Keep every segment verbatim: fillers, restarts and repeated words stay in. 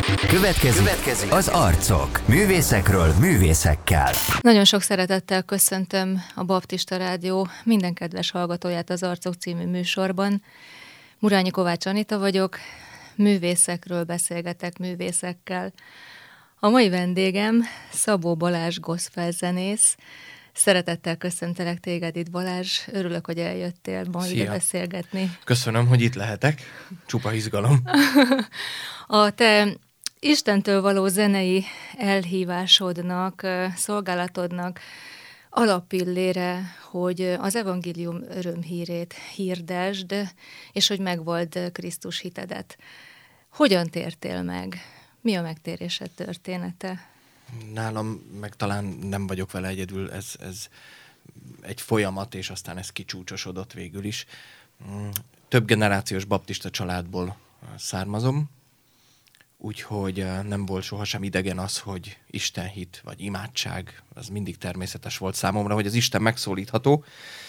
Következik, Következik az Arcok. Művészekről művészekkel. Nagyon sok szeretettel köszöntöm a Baptista Rádió minden kedves hallgatóját az Arcok című műsorban. Murányi Kovács Anita vagyok, művészekről beszélgetek művészekkel. A mai vendégem Szabó Balázs gospelzenész. Szeretettel köszöntelek téged itt, Balázs. Örülök, hogy eljöttél ma ide beszélgetni. Köszönöm, hogy itt lehetek. Csupa izgalom. A te Istentől való zenei elhívásodnak, szolgálatodnak alappillére, hogy az evangélium örömhírét hirdesd, és hogy megvold Krisztus hitedet. Hogyan tértél meg? Mi a megtérésed története? Nálam meg talán nem vagyok vele egyedül, ez, ez egy folyamat, és aztán ez kicsúcsosodott végül is. Több generációs baptista családból származom, úgyhogy nem volt sohasem idegen az, hogy istenhit vagy imádság, az mindig természetes volt számomra, hogy az Isten megszólítható.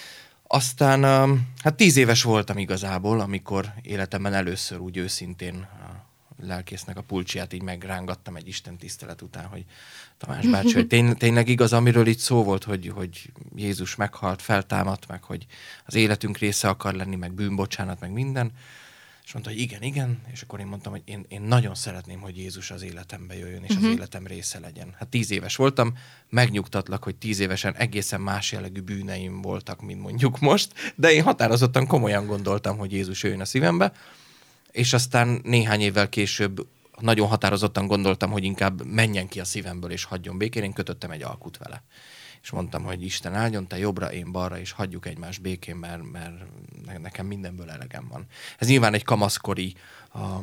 Aztán hát tíz éves voltam igazából, amikor életemben először úgy őszintén lelkésznek a pulcsiát így megrángattam egy Isten tisztelet után, hogy Tamás bácsi, hogy tény, tényleg igaz, amiről itt szó volt, hogy, hogy Jézus meghalt, feltámadt, meg hogy az életünk része akar lenni, meg bűnbocsánat, meg minden. És mondta, hogy igen, igen, és akkor én mondtam, hogy én, én nagyon szeretném, hogy Jézus az életembe jöjjön, és uh-huh. az életem része legyen. Hát tíz éves voltam, megnyugtatlak, hogy tíz évesen egészen más jellegű bűneim voltak, mint mondjuk most, de én határozottan komolyan gondoltam, hogy Jézus jöjjön a szívembe, és aztán néhány évvel később nagyon határozottan gondoltam, hogy inkább menjen ki a szívemből, és hagyjon békén, én kötöttem egy alkut vele. És mondtam, hogy Isten áldjon, te jobbra, én balra, és hagyjuk egymást békén, mert, mert nekem mindenből elegem van. Ez nyilván egy kamaszkori a, a,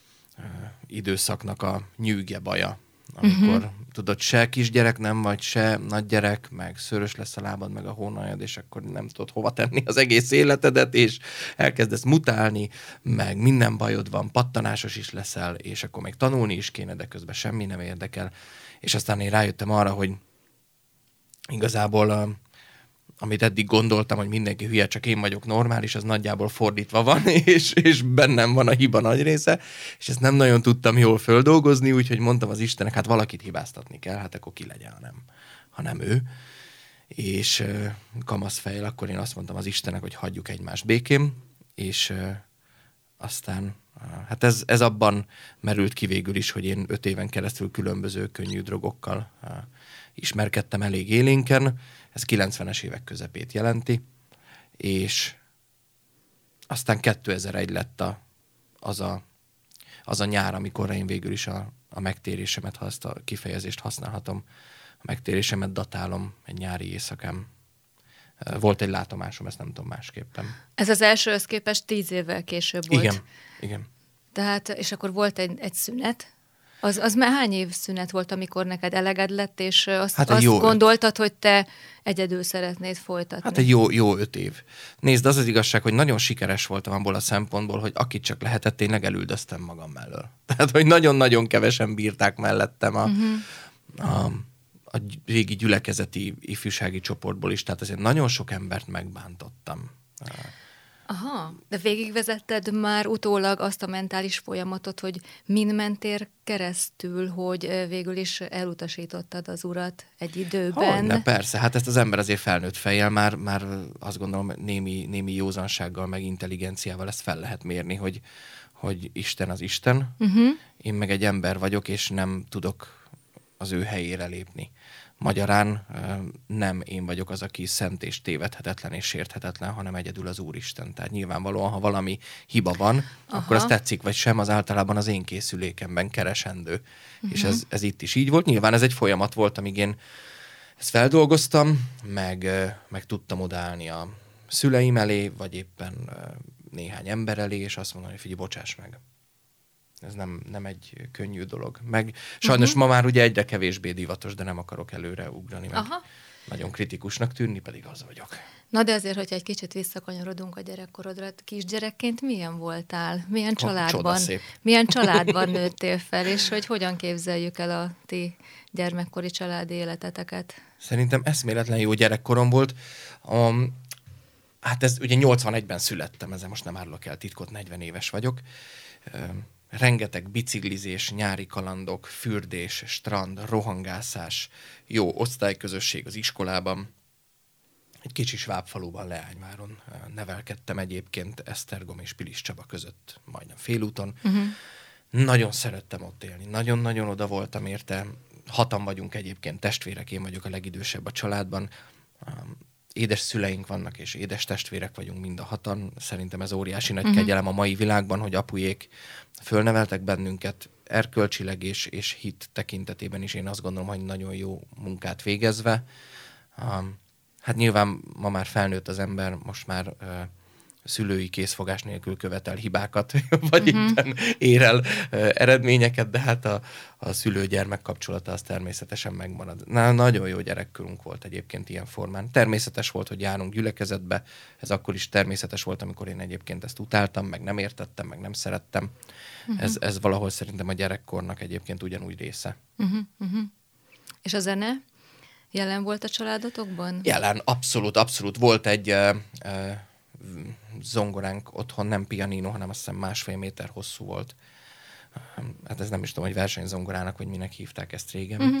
időszaknak a nyűge baja, amikor uh-huh. tudod, se kisgyerek nem vagy, se nagygyerek, meg szőrös lesz a lábad, meg a hónaljad, és akkor nem tudod hova tenni az egész életedet, és elkezdesz mutálni, meg minden bajod van, pattanásos is leszel, és akkor még tanulni is kéne, de közben semmi nem érdekel. És aztán én rájöttem arra, hogy igazából, uh, amit eddig gondoltam, hogy mindenki hülye, csak én vagyok normális, az nagyjából fordítva van, és, és bennem van a hiba nagy része, és ezt nem nagyon tudtam jól földolgozni, úgyhogy mondtam az Istennek, hát valakit hibáztatni kell, hát akkor ki legyen, ha nem, ha nem ő. És uh, kamaszfejjel akkor én azt mondtam az Istennek, hogy hagyjuk egymást békén, és uh, aztán uh, hát ez, ez abban merült ki végül is, hogy én öt éven keresztül különböző könnyű drogokkal uh, ismerkedtem elég élénken, ez kilencvenes évek közepét jelenti, és aztán kétezer-egy lett a, az, a, az a nyár, amikor én végül is a, a megtérésemet, ha ezt a kifejezést használhatom, a megtérésemet datálom egy nyári éjszakán. Volt egy látomásom, ezt nem tudom másképpen. Ez az elsőhöz képest tíz évvel később volt. Igen, igen. Tehát, és akkor volt egy, egy szünet. Az, az már hány év szünet volt, amikor neked eleged lett, és azt, hát azt gondoltad, hogy te egyedül szeretnéd folytatni? Hát egy jó, jó öt év. Nézd, az az igazság, hogy nagyon sikeres voltam abból a szempontból, hogy akit csak lehetett, tényleg elüldöztem magam mellől. Tehát, hogy nagyon-nagyon kevesen bírták mellettem a, uh-huh. a, a régi gyülekezeti ifjúsági csoportból is. Tehát azért nagyon sok embert megbántottam. Aha, de végigvezetted már utólag azt a mentális folyamatot, hogy min mentél keresztül, hogy végül is elutasítottad az Urat egy időben? Hogyne, persze, hát ezt az ember azért felnőtt fejjel, már, már azt gondolom némi, némi józansággal, meg intelligenciával ezt fel lehet mérni, hogy, hogy Isten az Isten, uh-huh. én meg egy ember vagyok, és nem tudok az ő helyére lépni. Magyarán nem én vagyok az, aki szent és tévedhetetlen és sérthetetlen, hanem egyedül az Úristen. Tehát nyilvánvalóan, ha valami hiba van, aha. akkor az tetszik vagy sem, az általában az én készülékemben keresendő. Uh-huh. És ez, ez itt is így volt. Nyilván ez egy folyamat volt, amíg én ezt feldolgoztam, meg, meg tudtam odaállni a szüleim elé, vagy éppen néhány ember elé, és azt mondani, hogy figyelj, bocsáss meg. Ez nem, nem egy könnyű dolog. Meg sajnos uh-huh. ma már ugye egyre kevésbé divatos, de nem akarok előre ugrani, meg aha. nagyon kritikusnak tűnni, pedig az vagyok. Na de azért, hogyha egy kicsit visszakanyarodunk a gyerekkorodra, kisgyerekként milyen voltál? Milyen családban, milyen családban nőttél fel, és hogy hogyan képzeljük el a ti gyermekkori családi életeteket? Szerintem eszméletlen jó gyerekkorom volt. Um, hát ez ugye nyolcvanegyben születtem, ezzel most nem árulok el titkot, negyven éves vagyok. rengeteg biciklizés, nyári kalandok, fürdés, strand, rohangászás, jó osztályközösség az iskolában. Egy kicsi svábfaluban, Leányváron nevelkedtem egyébként, Esztergom és Pilis Csaba között, majdnem félúton. Uh-huh. Nagyon szerettem ott élni, nagyon-nagyon oda voltam érte. Hatan vagyunk egyébként testvérek, én vagyok a legidősebb a családban. Édes szüleink vannak, és édes testvérek vagyunk mind a hatan. Szerintem ez óriási nagy uh-huh. kegyelem a mai világban, hogy apujék fölneveltek bennünket, erkölcsileg és, és hit tekintetében is én azt gondolom, hogy nagyon jó munkát végezve. Um, hát nyilván ma már felnőtt az ember, most már uh, szülői készfogás nélkül követel hibákat, vagy uh-huh. éppen ér el uh, eredményeket, de hát a, a szülő-gyermek kapcsolata az természetesen megmarad. Na, nagyon jó gyerekkorunk volt egyébként ilyen formán. Természetes volt, hogy járunk gyülekezetbe, ez akkor is természetes volt, amikor én egyébként ezt utáltam, meg nem értettem, meg nem szerettem. Uh-huh. Ez, ez valahol szerintem a gyerekkornak egyébként ugyanúgy része. Uh-huh. Uh-huh. És a zene jelen volt a családotokban? Jelen, abszolút, abszolút. Volt egy uh, uh, zongoránk otthon, nem pianino, hanem azt hiszem másfél méter hosszú volt. Hát ez nem is tudom, hogy versenyzongorának, vagy minek hívták ezt régen. Uh-huh.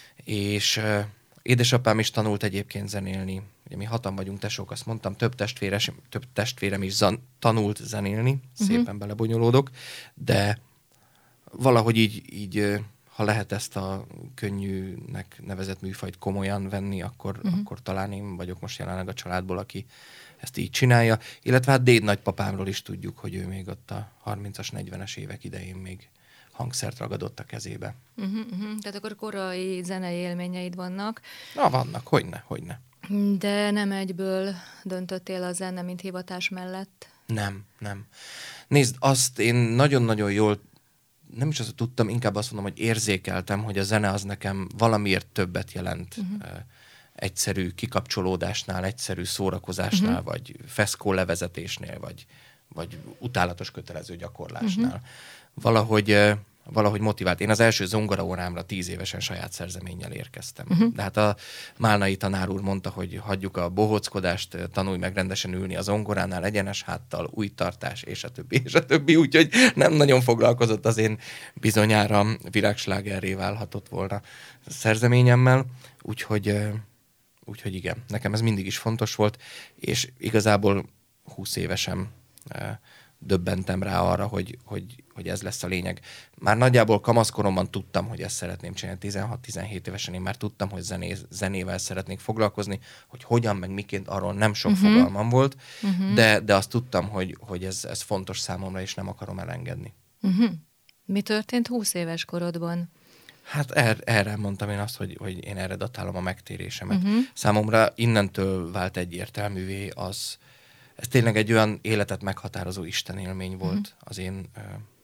És uh, édesapám is tanult egyébként zenélni. Ugye mi hatan vagyunk tesók, azt mondtam, több, testvéres, több testvérem is zan- tanult zenélni, uh-huh. szépen belebonyolódok, de valahogy így, így ha lehet ezt a könnyűnek nevezett műfajt komolyan venni, akkor, uh-huh. akkor talán én vagyok most jelenleg a családból, aki ezt így csinálja. Illetve hát déd nagypapámról is tudjuk, hogy ő még ott a harmincas, negyvenes évek idején még hangszert ragadott a kezébe. Uh-huh, uh-huh. Tehát akkor korai zenei élményeid vannak. Na, vannak, hogyne, hogyne. De nem egyből döntöttél a zene, mint hivatás mellett? Nem, nem. Nézd, azt én nagyon-nagyon jól, nem is azt tudtam, inkább azt mondom, hogy érzékeltem, hogy a zene az nekem valamiért többet jelent. Uh-huh. Egyszerű kikapcsolódásnál, egyszerű szórakozásnál, uh-huh. vagy feszkó levezetésnél, vagy, vagy utálatos kötelező gyakorlásnál. Uh-huh. Valahogy, valahogy motivált. Én az első zongoraórámra tíz évesen saját szerzeménnyel érkeztem. Uh-huh. De hát a Málnai tanár úr mondta, hogy hagyjuk a bohóckodást, tanulj meg rendesen ülni a zongoránál, egyenes háttal, új tartás, és a többi, és a többi. Úgyhogy nem nagyon foglalkozott az én bizonyára virágslágerré válhatott volna szerzeményemmel. Úgyhogy, úgyhogy igen, nekem ez mindig is fontos volt, és igazából húsz évesen döbbentem rá arra, hogy, hogy, hogy ez lesz a lényeg. Már nagyjából kamaszkoromban tudtam, hogy ezt szeretném csinálni. tizenhat-tizenhét évesen én már tudtam, hogy zené, zenével szeretnék foglalkozni, hogy hogyan, meg miként, arról nem sok uh-huh. fogalmam volt, uh-huh. de, de azt tudtam, hogy, hogy ez, ez fontos számomra, és nem akarom elengedni. Uh-huh. Mi történt húsz éves korodban? Hát er, erre mondtam én azt, hogy, hogy én erre datálom a megtérésemet. Uh-huh. Számomra innentől vált egyértelművé az, ez tényleg egy olyan életet meghatározó istenélmény volt uh-huh. az én uh,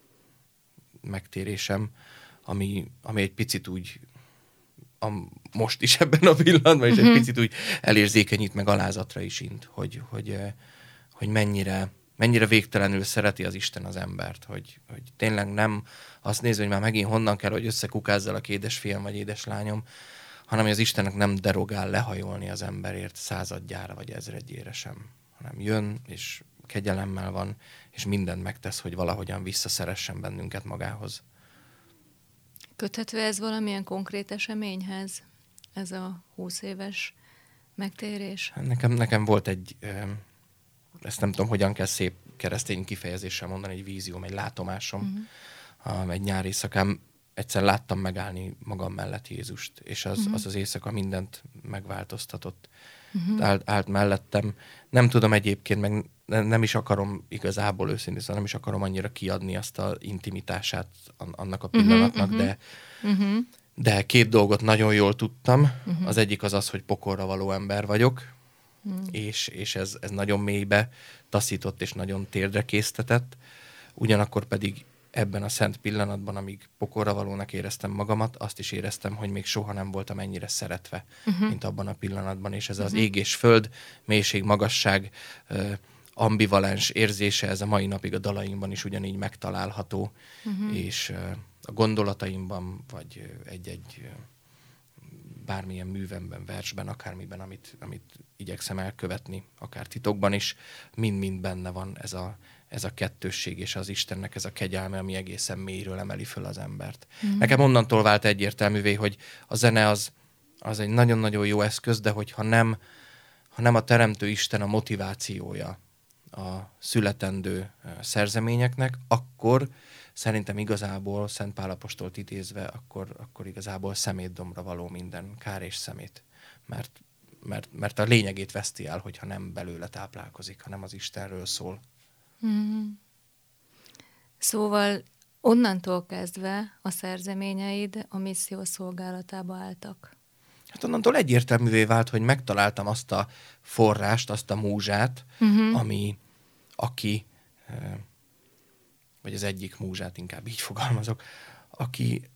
megtérésem, ami, ami egy picit úgy, a, most is ebben a pillanatban, és uh-huh. egy picit úgy elérzékenyít, meg alázatra is int, hogy, hogy, uh, hogy mennyire, mennyire végtelenül szereti az Isten az embert, hogy, hogy tényleg nem azt nézi, hogy már megint honnan kell, hogy összekukázzal a édesfiam vagy édeslányom, hanem hogy az Istennek nem derogál lehajolni az emberért századjára vagy ezredjére sem, hanem jön, és kegyelemmel van, és mindent megtesz, hogy valahogyan visszaszeressen bennünket magához. Köthető ez valamilyen konkrét eseményhez, ez a húsz éves megtérés? Nekem, nekem volt egy, ezt nem tudom, hogyan kell szép keresztény kifejezéssel mondani, egy vízióm, egy látomásom. Uh-huh. Egy nyári éjszakán egyszer láttam megállni magam mellett Jézust, és az uh-huh. az, az éjszaka mindent megváltoztatott. Uh-huh. Állt, állt mellettem. Nem tudom egyébként, meg nem is akarom igazából őszintén, szóval nem is akarom annyira kiadni azt a intimitását annak a pillanatnak, uh-huh, de, uh-huh. de két dolgot nagyon jól tudtam. Uh-huh. Az egyik az az, hogy pokolra való ember vagyok, uh-huh. és, és ez, ez nagyon mélybe taszított, és nagyon térdre késztetett. Ugyanakkor pedig ebben a szent pillanatban, amíg pokolra valónak éreztem magamat, azt is éreztem, hogy még soha nem voltam ennyire szeretve, uh-huh. mint abban a pillanatban. És ez uh-huh. az ég és föld, mélység, magasság, ambivalens érzése, ez a mai napig a dalaimban is ugyanígy megtalálható, uh-huh. és a gondolataimban, vagy egy-egy bármilyen művemben, versben, akármiben, amit, amit igyekszem elkövetni, akár titokban is, mind-mind benne van ez a ez a kettősség és az Istennek ez a kegyelme, ami egészen mélyről emeli föl az embert. Mm. Nekem onnantól vált egyértelművé, hogy a zene az, az egy nagyon-nagyon jó eszköz, de hogyha nem, ha nem a Teremtő Isten a motivációja a születendő szerzeményeknek, akkor szerintem igazából Szent Pál apostolt idézve, akkor, akkor igazából szemétdombra való minden, kár és szemét. Mert, mert, mert a lényegét veszti el, hogyha nem belőle táplálkozik, hanem az Istenről szól. Mm. Szóval onnantól kezdve a szerzeményeid a misszió szolgálatába álltak. Hát onnantól egyértelművé vált, hogy megtaláltam azt a forrást, azt a múzsát, uh-huh. ami, aki, vagy az egyik múzsát, inkább így fogalmazok, aki,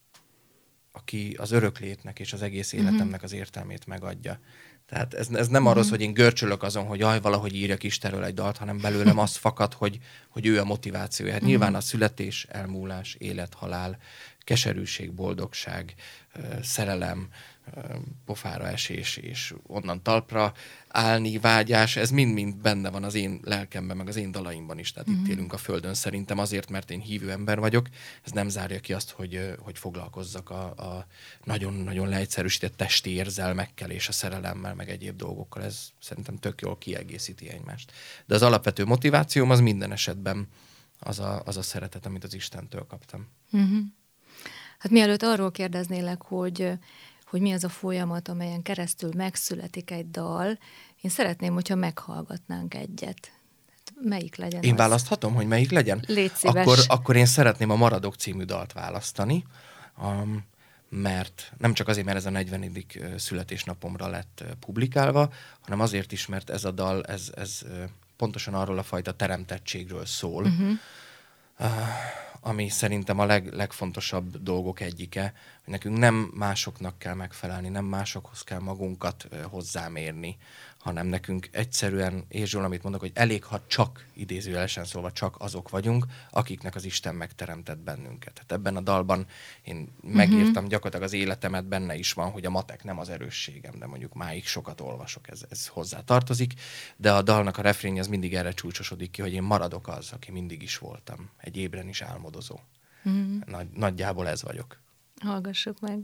aki az öröklétnek és az egész életemnek az értelmét megadja. Tehát ez, ez nem arról, hogy én görcsölök azon, hogy jaj, valahogy írjak Istenről egy dalt, hanem belőlem az fakad, hogy, hogy ő a motivációja. Hát nyilván a születés, elmúlás, élet, halál, keserűség, boldogság, szerelem, pofára esés és onnan talpra állni, vágyás, ez mind-mind benne van az én lelkemben, meg az én dalaimban is. Tehát mm-hmm. itt élünk a Földön szerintem azért, mert én hívő ember vagyok. Ez nem zárja ki azt, hogy, hogy foglalkozzak a, a nagyon-nagyon leegyszerűsített testi érzelmekkel és a szerelemmel, meg egyéb dolgokkal. Ez szerintem tök jól kiegészíti egymást. De az alapvető motivációm az minden esetben az a, az a szeretet, amit az Istentől kaptam. Mm-hmm. Hát mielőtt arról kérdeznélek, hogy hogy mi az a folyamat, amelyen keresztül megszületik egy dal, én szeretném, hogyha meghallgatnánk egyet. Melyik legyen Én az? választhatom, hogy melyik legyen? Légy szíves. Akkor, akkor én szeretném a Maradok című dalt választani, um, mert nem csak azért, mert ez a negyvenedik születésnapomra lett publikálva, hanem azért is, mert ez a dal, ez, ez pontosan arról a fajta teremtettségről szól, uh-huh. uh, ami szerintem a leg, legfontosabb dolgok egyike, hogy nekünk nem másoknak kell megfelelni, nem másokhoz kell magunkat uh, hozzámérni, hanem nekünk egyszerűen, és jól, amit mondok, hogy elég, ha csak, idézőjelesen szólva, csak azok vagyunk, akiknek az Isten megteremtett bennünket. Tehát ebben a dalban én megírtam uh-huh. gyakorlatilag az életemet, benne is van, hogy a matek nem az erősségem, de mondjuk máig sokat olvasok, ez, ez hozzá tartozik, de a dalnak a refrénje az mindig erre csúcsosodik ki, hogy én maradok az, aki mindig is voltam, egy ébren is álmodozó. Uh-huh. Nagy, nagyjából ez vagyok. Hallgassuk meg.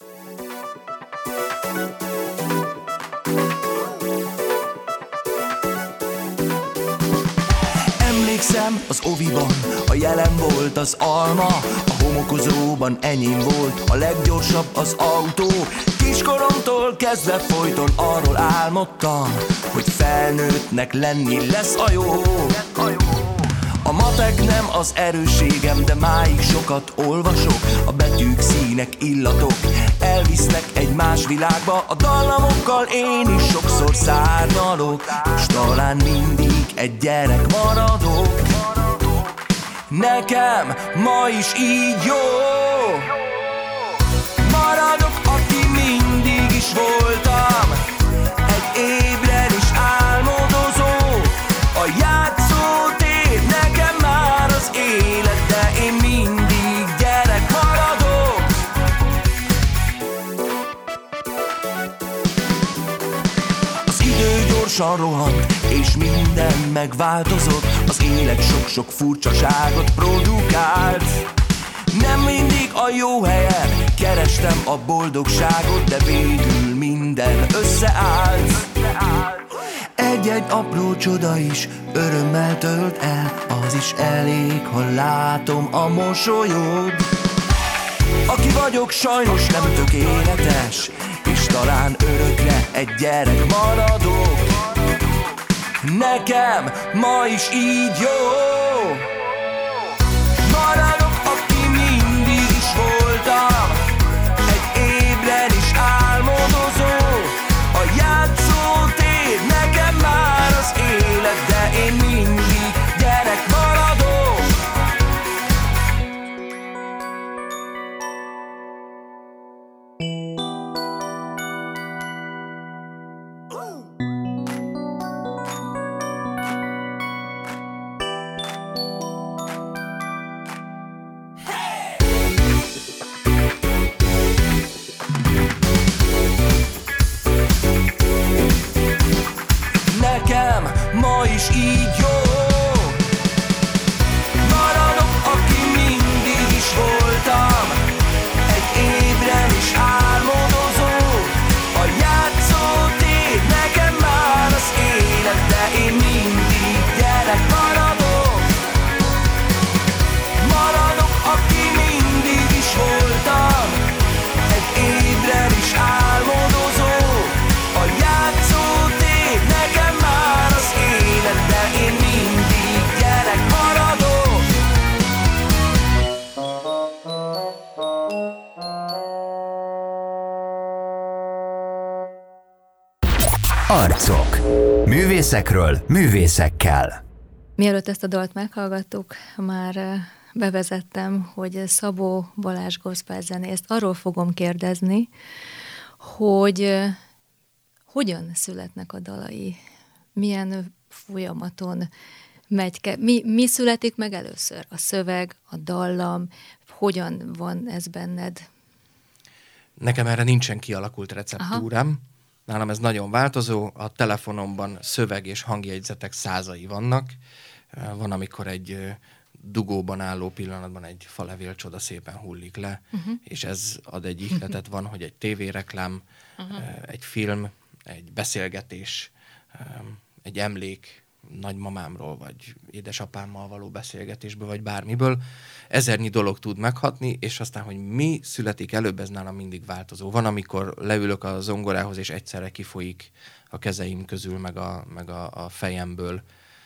Emlékszem, az oviban a jelen volt az alma, a homokozóban enyém volt a leggyorsabb az autó. Kiskoromtól kezdve folyton arról álmodtam, hogy felnőttnek lenni lesz a jó. A matek nem az erősségem, de máig sokat olvasok. A betűk, színek, illatok elvisznek egy más világba. A dallamokkal én is sokszor szárnyalok, és talán mindig egy gyerek maradok. Nekem ma is így jó. Maradok, aki mindig is voltam, egy ébren is álmodozó. A játszótér nekem már az élet, de én mindig gyerek maradok. Az idő gyorsan rohant, és minden megváltozott. Az élet sok-sok furcsaságot produkált. Nem mindig a jó helyen kerestem a boldogságot, de végül minden összeállt. Egy-egy apró csoda is örömmel tölt el, az is elég, ha látom a mosolyod. Aki vagyok, sajnos nem tökéletes, és talán örökre egy gyerek maradok. Nekem ma is így jó. Maradok, aki mindig is voltam, egy ébren is álmodozó. A játszótér nekem már az élet, de én mindig gyerek maradok. Arcok. Művészekről, művészekkel. Mielőtt ezt a dalt meghallgattuk, már bevezettem, hogy Szabó Balázs gospel zenészt arról fogom kérdezni, hogy hogyan születnek a dalai, milyen folyamaton megy, mi, mi születik meg először? A szöveg, a dallam, hogyan van ez benned? Nekem erre nincsen kialakult receptúrám. Aha. Nálam ez nagyon változó. A telefonomban szöveg és hangjegyzetek százai vannak. Van, amikor egy dugóban álló pillanatban egy falevél csoda szépen hullik le, uh-huh. és ez ad egy ihletet. Van, hogy egy tévéreklám, uh-huh. egy film, egy beszélgetés, egy emlék nagymamámról, vagy édesapámmal való beszélgetésből, vagy bármiből. Ezernyi dolog tud meghatni, és aztán, hogy mi születik előbb, ez nálam mindig változó. Van, amikor leülök a zongorához, és egyszerre kifolyik a kezeim közül, meg a, meg a, a fejemből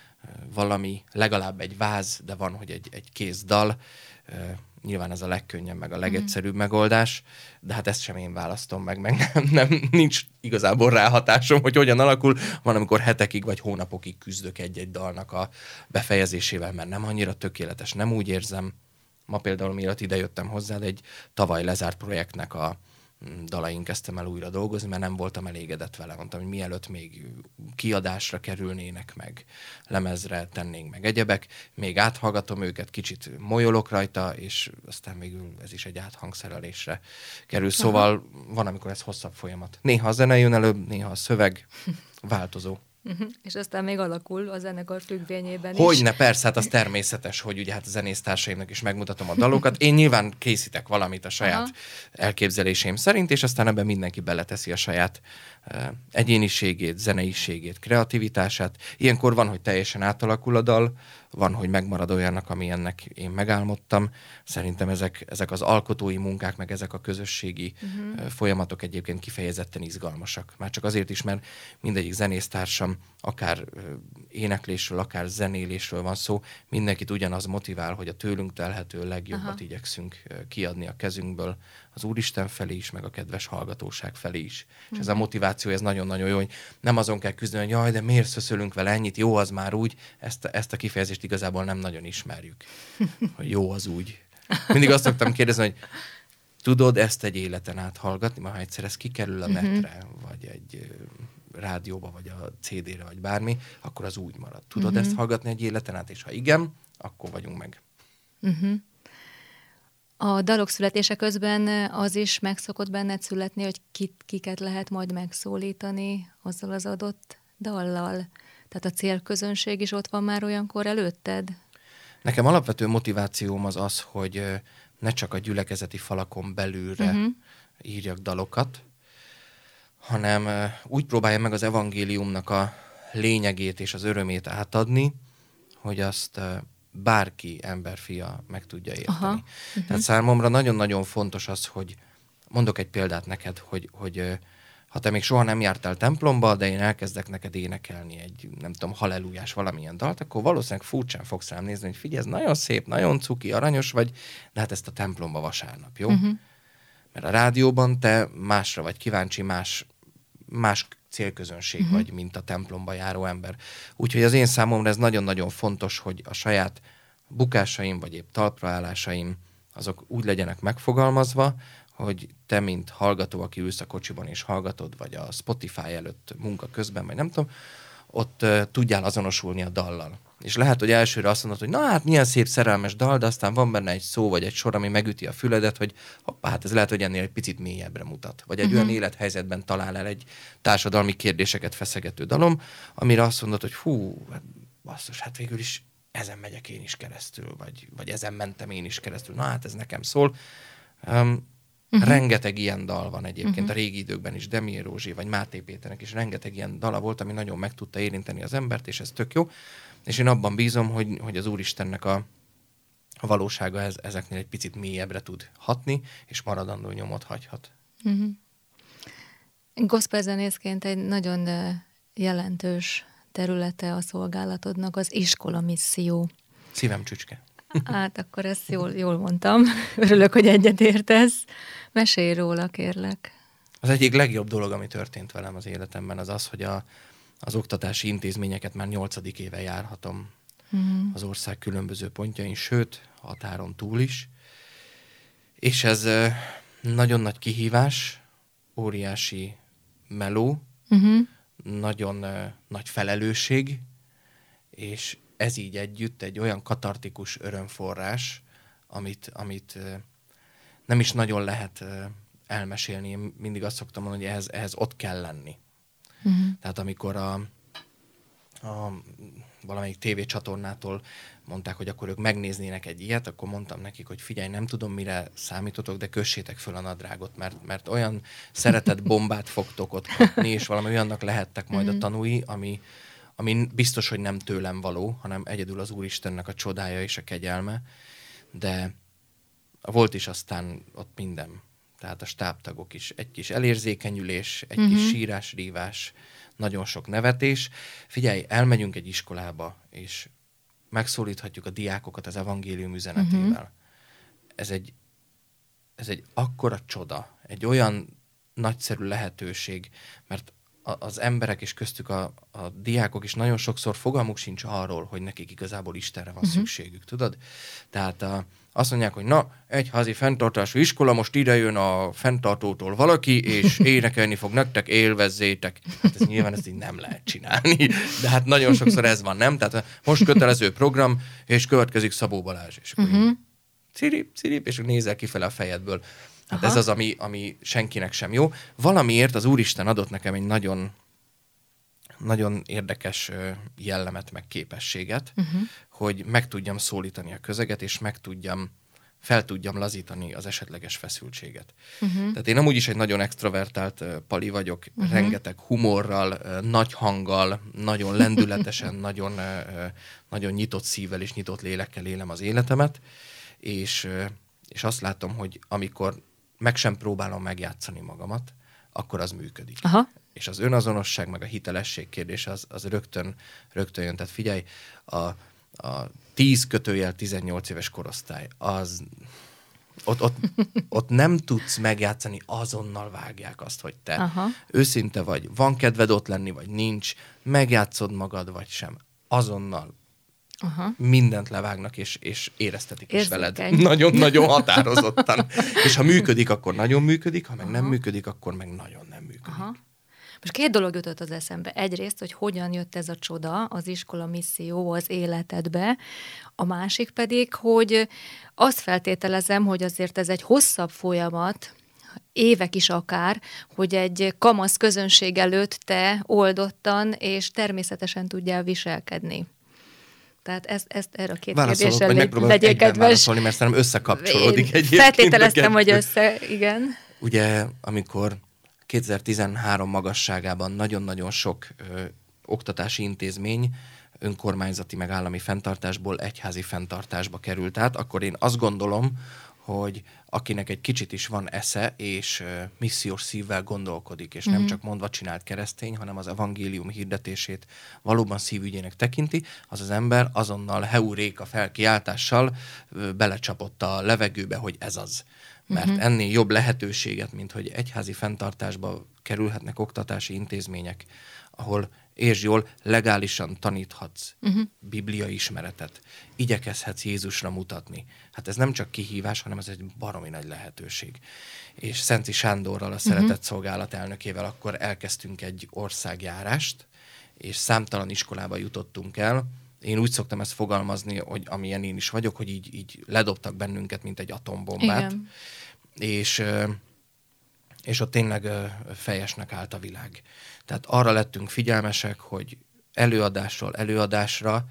valami, legalább egy váz, de van, hogy egy, egy kész dal. Nyilván ez a legkönnyebb, meg a legegyszerűbb mm. megoldás, de hát ezt sem én választom meg, meg nem, nem, nincs igazából ráhatásom, hogy hogyan alakul. Van, amikor hetekig vagy hónapokig küzdök egy-egy dalnak a befejezésével, mert nem annyira tökéletes, nem úgy érzem. Ma például, mielőtt idejöttem hozzád, egy tavaly lezárt projektnek a dalain kezdtem el újra dolgozni, mert nem voltam elégedett vele. Mondtam, hogy mielőtt még kiadásra kerülnének, meg lemezre tennénk, meg egyebek, még áthallgatom őket, kicsit molyolok rajta, és aztán végül ez is egy áthangszerelésre kerül. Szóval aha. van, amikor ez hosszabb folyamat. Néha a zene jön előbb, néha a szöveg, változó. Uh-huh. És aztán még alakul a zenekar függvényében is. Hogyne, persze, hát az természetes, hogy ugye hát a zenésztársaimnak is megmutatom a dalokat. Én nyilván készítek valamit a saját aha. elképzeléseim szerint, és aztán ebben mindenki beleteszi a saját uh, egyéniségét, zeneiségét, kreativitását. Ilyenkor van, hogy teljesen átalakul a dal, van, hogy megmarad olyannak, amilyennek én megálmodtam. Szerintem ezek, ezek az alkotói munkák, meg ezek a közösségi uh-huh. folyamatok egyébként kifejezetten izgalmasak. Már csak azért is, mert mindegyik zenésztársam, akár éneklésről, akár zenélésről van szó, mindenkit ugyanaz motivál, hogy a tőlünk telhető legjobbat aha. igyekszünk kiadni a kezünkből az Úristen felé is, meg a kedves hallgatóság felé is. Uh-huh. És ez a motiváció, ez nagyon-nagyon jó, hogy nem azon kell küzdeni, hogy jaj, de miért szöszölünk vele ennyit, jó az már úgy, ezt, ezt a kifejezést igazából nem nagyon ismerjük, hogy jó az úgy. Mindig azt szoktam kérdezni, hogy tudod ezt egy életen át hallgatni, mert ha egyszer ez kikerül a netre, uh-huh. vagy egy rádióba, vagy a cé dére, vagy bármi, akkor az úgy marad. Tudod uh-huh. ezt hallgatni egy életen át, és ha igen, akkor vagyunk meg. Uh-huh. A dalok születése közben az is meg szokott benned születni, hogy kit, kiket lehet majd megszólítani azzal az adott dallal. Tehát a célközönség is ott van már olyankor előtted? Nekem alapvető motivációm az az, hogy ne csak a gyülekezeti falakon belülre uh-huh. írjak dalokat, hanem úgy próbáljam meg az evangéliumnak a lényegét és az örömét átadni, hogy azt bárki emberfia meg tudja érteni. Aha. Uh-huh. Tehát számomra nagyon-nagyon fontos az, hogy mondok egy példát neked, hogy, hogy ha te még soha nem jártál templomba, de én elkezdek neked énekelni egy, nem tudom, hallelujás valamilyen dalt, akkor valószínűleg furcsán fogsz rám nézni, hogy figyelj, ez nagyon szép, nagyon cuki, aranyos vagy, de hát ezt a templomba vasárnap, jó? Uh-huh. Mert a rádióban te másra vagy kíváncsi, más, más célközönség uh-huh. vagy, mint a templomba járó ember. Úgyhogy az én számomra ez nagyon-nagyon fontos, hogy a saját bukásaim, vagy épp talpraállásaim, azok úgy legyenek megfogalmazva, hogy te, mint hallgató, aki ülsz a kocsiban és hallgatod, vagy a Spotify előtt munka közben, vagy nem tudom, ott uh, tudjál azonosulni a dallal. És lehet, hogy elsőre azt mondod, hogy na hát milyen szép szerelmes dal, de aztán van benne egy szó, vagy egy sor, ami megüti a füledet, hogy hoppá, hát ez lehet, hogy ennél egy picit mélyebbre mutat. Vagy egy uh-huh. olyan élethelyzetben talál el egy társadalmi kérdéseket feszegető dalom, amire azt mondod, hogy hú, hát basszus, hát végül is ezen megyek én is keresztül, vagy, vagy ezen mentem én is keresztül. Na hát ez nekem szól. Um, Uh-huh. Rengeteg ilyen dal van egyébként uh-huh. a régi időkben is, Demir Rózsi vagy Máté Péternek is rengeteg ilyen dala volt, ami nagyon meg tudta érinteni az embert, és ez tök jó. És én abban bízom, hogy, hogy az Úristennek a, a valósága ez, ezeknél egy picit mélyebbre tud hatni, és maradandó nyomot hagyhat. Uh-huh. Gospel zenészként egy nagyon jelentős területe a szolgálatodnak az iskola misszió. Szívem csücske. Hát akkor ezt jól, jól mondtam. Örülök, hogy egyetértesz. Mesélj róla, kérlek. Az egyik legjobb dolog, ami történt velem az életemben, az az, hogy a, az oktatási intézményeket már nyolcadik éve járhatom uh-huh. az ország különböző pontjain, sőt, határon túl is. És ez nagyon nagy kihívás, óriási meló, uh-huh. nagyon uh, nagy felelősség, és ez így együtt egy olyan katartikus örömforrás, amit, amit uh, nem is nagyon lehet uh, elmesélni. Én mindig azt szoktam mondani, hogy ehhez, ehhez ott kell lenni. Uh-huh. Tehát amikor a, a valamelyik tévécsatornától mondták, hogy akkor ők megnéznének egy ilyet, akkor mondtam nekik, hogy figyelj, nem tudom, mire számítotok, de kössétek föl a nadrágot, mert, mert olyan szeretett bombát fogtok ott kapni, és valami olyannak lehettek majd uh-huh. a tanúi, ami, ami biztos, hogy nem tőlem való, hanem egyedül az Úristennek a csodája és a kegyelme. De volt is aztán ott minden. Tehát a stábtagok is. Egy kis elérzékenyülés, egy uh-huh. kis sírás, rívás, nagyon sok nevetés. Figyelj, elmegyünk egy iskolába, és megszólíthatjuk a diákokat az evangélium üzenetével. Uh-huh. Ez egy, ez egy akkora csoda, egy olyan nagyszerű lehetőség, mert a, az emberek és köztük a, a diákok is nagyon sokszor fogalmuk sincs arról, hogy nekik igazából Istenre van uh-huh. szükségük, tudod? Tehát a, azt mondják, hogy na, egyházi fenntartású iskola, most ide jön a fenntartótól valaki, és énekelni fog nektek, élvezzétek. Hát ez nyilván ezt így nem lehet csinálni, de hát nagyon sokszor ez van, nem? Tehát most kötelező program, és következik Szabó Balázs. És akkor uh-huh. cirip, cirip, és nézel kifele a fejedből. Hát aha. ez az, ami, ami senkinek sem jó. Valamiért az Úristen adott nekem egy nagyon, nagyon érdekes jellemet, meg képességet, uh-huh. hogy meg tudjam szólítani a közeget, és meg tudjam, fel tudjam lazítani az esetleges feszültséget. Uh-huh. Tehát én amúgy is egy nagyon extrovertált pali vagyok, uh-huh. rengeteg humorral, nagy hanggal, nagyon lendületesen, nagyon, nagyon nyitott szívvel és nyitott lélekkel élem az életemet, és, és azt látom, hogy amikor meg sem próbálom megjátszani magamat, akkor az működik. Aha. És az önazonosság, meg a hitelesség kérdése az, az rögtön, rögtön jön. Tehát figyelj, a, a tíz kötőjel tizennyolc éves korosztály, az ott, ott, ott nem tudsz megjátszani, azonnal vágják azt, hogy te aha. őszinte vagy, van kedved ott lenni, vagy nincs, megjátszod magad, vagy sem. Azonnal aha. mindent levágnak, és, és éreztetik is veled. Nagyon-nagyon határozottan. És ha működik, akkor nagyon működik, ha meg aha. nem működik, akkor meg nagyon nem működik. Aha. Most két dolog jutott az eszembe. Egyrészt, hogy hogyan jött ez a csoda, az iskola misszió az életedbe. A másik pedig, hogy azt feltételezem, hogy azért ez egy hosszabb folyamat, évek is akár, hogy egy kamasz közönség előtt te oldottan és természetesen tudjál viselkedni. Tehát ezt, ezt erre a két válaszolok, kérdéssel legyél kedves. Válaszolni, mert szerintem összekapcsolódik egyébként. Feltételeztem, hogy össze, igen. Ugye, amikor kétezer-tizenhárom magasságában nagyon-nagyon sok ö, oktatási intézmény önkormányzati meg állami fenntartásból egyházi fenntartásba került át, akkor én azt gondolom, hogy akinek egy kicsit is van esze, és uh, missziós szívvel gondolkodik, és mm-hmm. nem csak mondva csinált keresztény, hanem az evangélium hirdetését valóban szívügyének tekinti, az az ember azonnal heuréka felkiáltással uh, belecsapott a levegőbe, hogy ez az. Mert uh-huh. ennél jobb lehetőséget, mint hogy egyházi fenntartásba kerülhetnek oktatási intézmények, ahol, értsd jól, legálisan taníthatsz uh-huh. bibliai ismeretet, igyekezhetsz Jézusra mutatni. Hát ez nem csak kihívás, hanem ez egy baromi nagy lehetőség. És Szenci Sándorral, a Szeretett uh-huh. Szolgálat elnökével akkor elkezdtünk egy országjárást, és számtalan iskolába jutottunk el. Én úgy szoktam ezt fogalmazni, hogy amilyen én is vagyok, hogy így, így ledobtak bennünket, mint egy atombombát. Igen. És, és ott tényleg fejesnek állt a világ. Tehát arra lettünk figyelmesek, hogy előadásról előadásra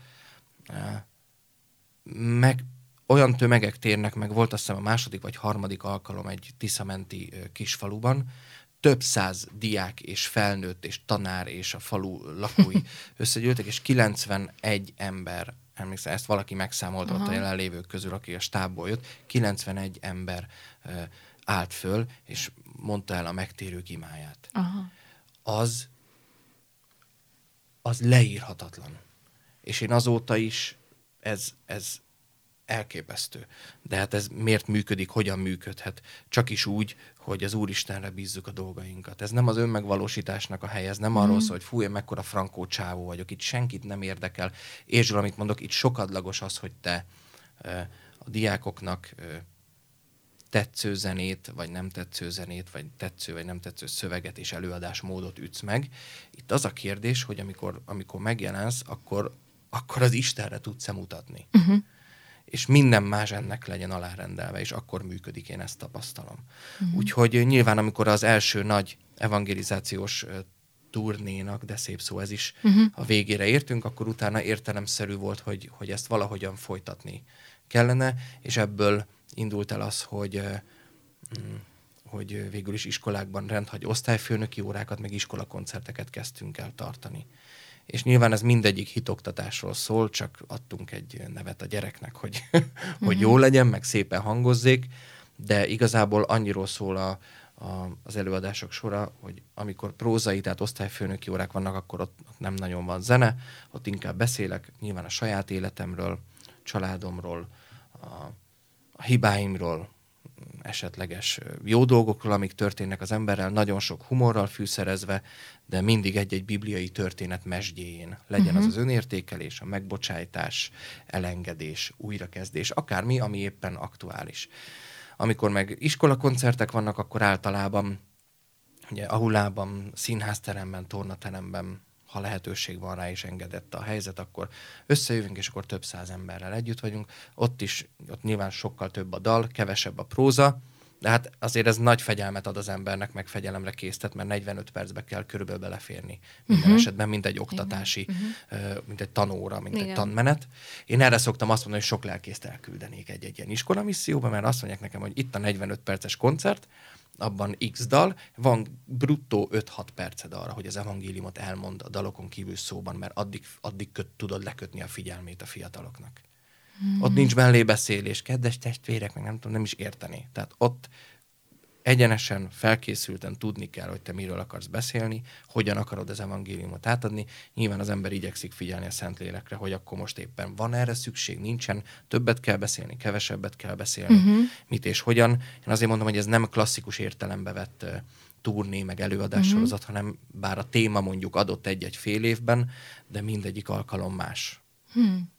meg olyan tömegek térnek meg, volt azt hiszem a második vagy harmadik alkalom egy tiszamenti kisfaluban, több száz diák és felnőtt és tanár és a falu lakói összegyűltek, és kilencvenegy ember, emlékszem, ezt valaki megszámolt ott a jelenlévők közül, aki a stábból jött, kilencvenegy ember uh, állt föl, és mondta el a megtérők imáját. Aha. Az, az leírhatatlan. És én azóta is, ez, ez, elképesztő. De hát ez miért működik, hogyan működhet? Csak is úgy, hogy az Úristenre bízzuk a dolgainkat. Ez nem az önmegvalósításnak a helye, ez nem mm. arról szól, hogy fú, én mekkora frankó csávó vagyok, itt senkit nem érdekel. És amit mondok, itt sokadlagos az, hogy te a diákoknak tetsző zenét, vagy nem tetsző zenét, vagy tetsző, vagy nem tetsző szöveget és előadásmódot ütsz meg. Itt az a kérdés, hogy amikor, amikor megjelensz, akkor, akkor az Istenre tudsz-e mutatni. Uh-huh. És minden más ennek legyen alárendelve, és akkor működik, én ezt tapasztalom. Uh-huh. Úgyhogy nyilván, amikor az első nagy evangelizációs turnénak, de szép szó ez is, uh-huh. a végére értünk, akkor utána értelemszerű volt, hogy, hogy ezt valahogyan folytatni kellene, és ebből indult el az, hogy, hogy végül is iskolákban rendhagy osztályfőnöki órákat, meg iskolakoncerteket kezdtünk el tartani. És nyilván ez mindegyik hitoktatásról szól, csak adtunk egy nevet a gyereknek, hogy, mm-hmm. hogy jó legyen, meg szépen hangozzék, de igazából annyiról szól a, a, az előadások sora, hogy amikor prózai, tehát osztályfőnöki órák vannak, akkor ott, ott nem nagyon van zene, ott inkább beszélek, nyilván a saját életemről, családomról, a, a hibáimról, esetleges jó dolgokról, amik történnek az emberrel, nagyon sok humorral fűszerezve, de mindig egy-egy bibliai történet mesdjéjén. Legyen uh-huh. az az önértékelés, a megbocsájtás, elengedés, újrakezdés, akármi, ami éppen aktuális. Amikor meg iskolakoncertek vannak, akkor általában ugye ahulában, színházteremben, tornateremben, ha lehetőség van rá és engedett a helyzet, akkor összejövünk, és akkor több száz emberrel együtt vagyunk. Ott is, ott nyilván sokkal több a dal, kevesebb a próza, de hát azért ez nagy fegyelmet ad az embernek, meg fegyelemre késztet, mert negyvenöt percbe kell körülbelül beleférni. Minden uh-huh. esetben, mint egy oktatási, uh-huh. mint egy tanóra, mint Igen. egy tanmenet. Én erre szoktam azt mondani, hogy sok lelkészt elküldenék egy-egy ilyen iskolamisszióba, mert azt mondják nekem, hogy itt a negyvenöt perces koncert, abban X dal, van bruttó öt-hat perced arra, hogy az evangéliumot elmond a dalokon kívül szóban, mert addig, addig köt, tudod lekötni a figyelmét a fiataloknak. Hmm. Ott nincs mellébeszélés, kedves testvérek, meg nem tudom, nem is érteni. Tehát ott egyenesen, felkészülten tudni kell, hogy te miről akarsz beszélni, hogyan akarod az evangéliumot átadni. Nyilván az ember igyekszik figyelni a Szentlélekre, hogy akkor most éppen van erre szükség, nincsen, többet kell beszélni, kevesebbet kell beszélni, uh-huh. mit és hogyan. Én azért mondom, hogy ez nem klasszikus értelembe vett uh, turné, meg előadássorozat, uh-huh. hanem bár a téma mondjuk adott egy-egy fél évben, de mindegyik alkalom más. Hmm.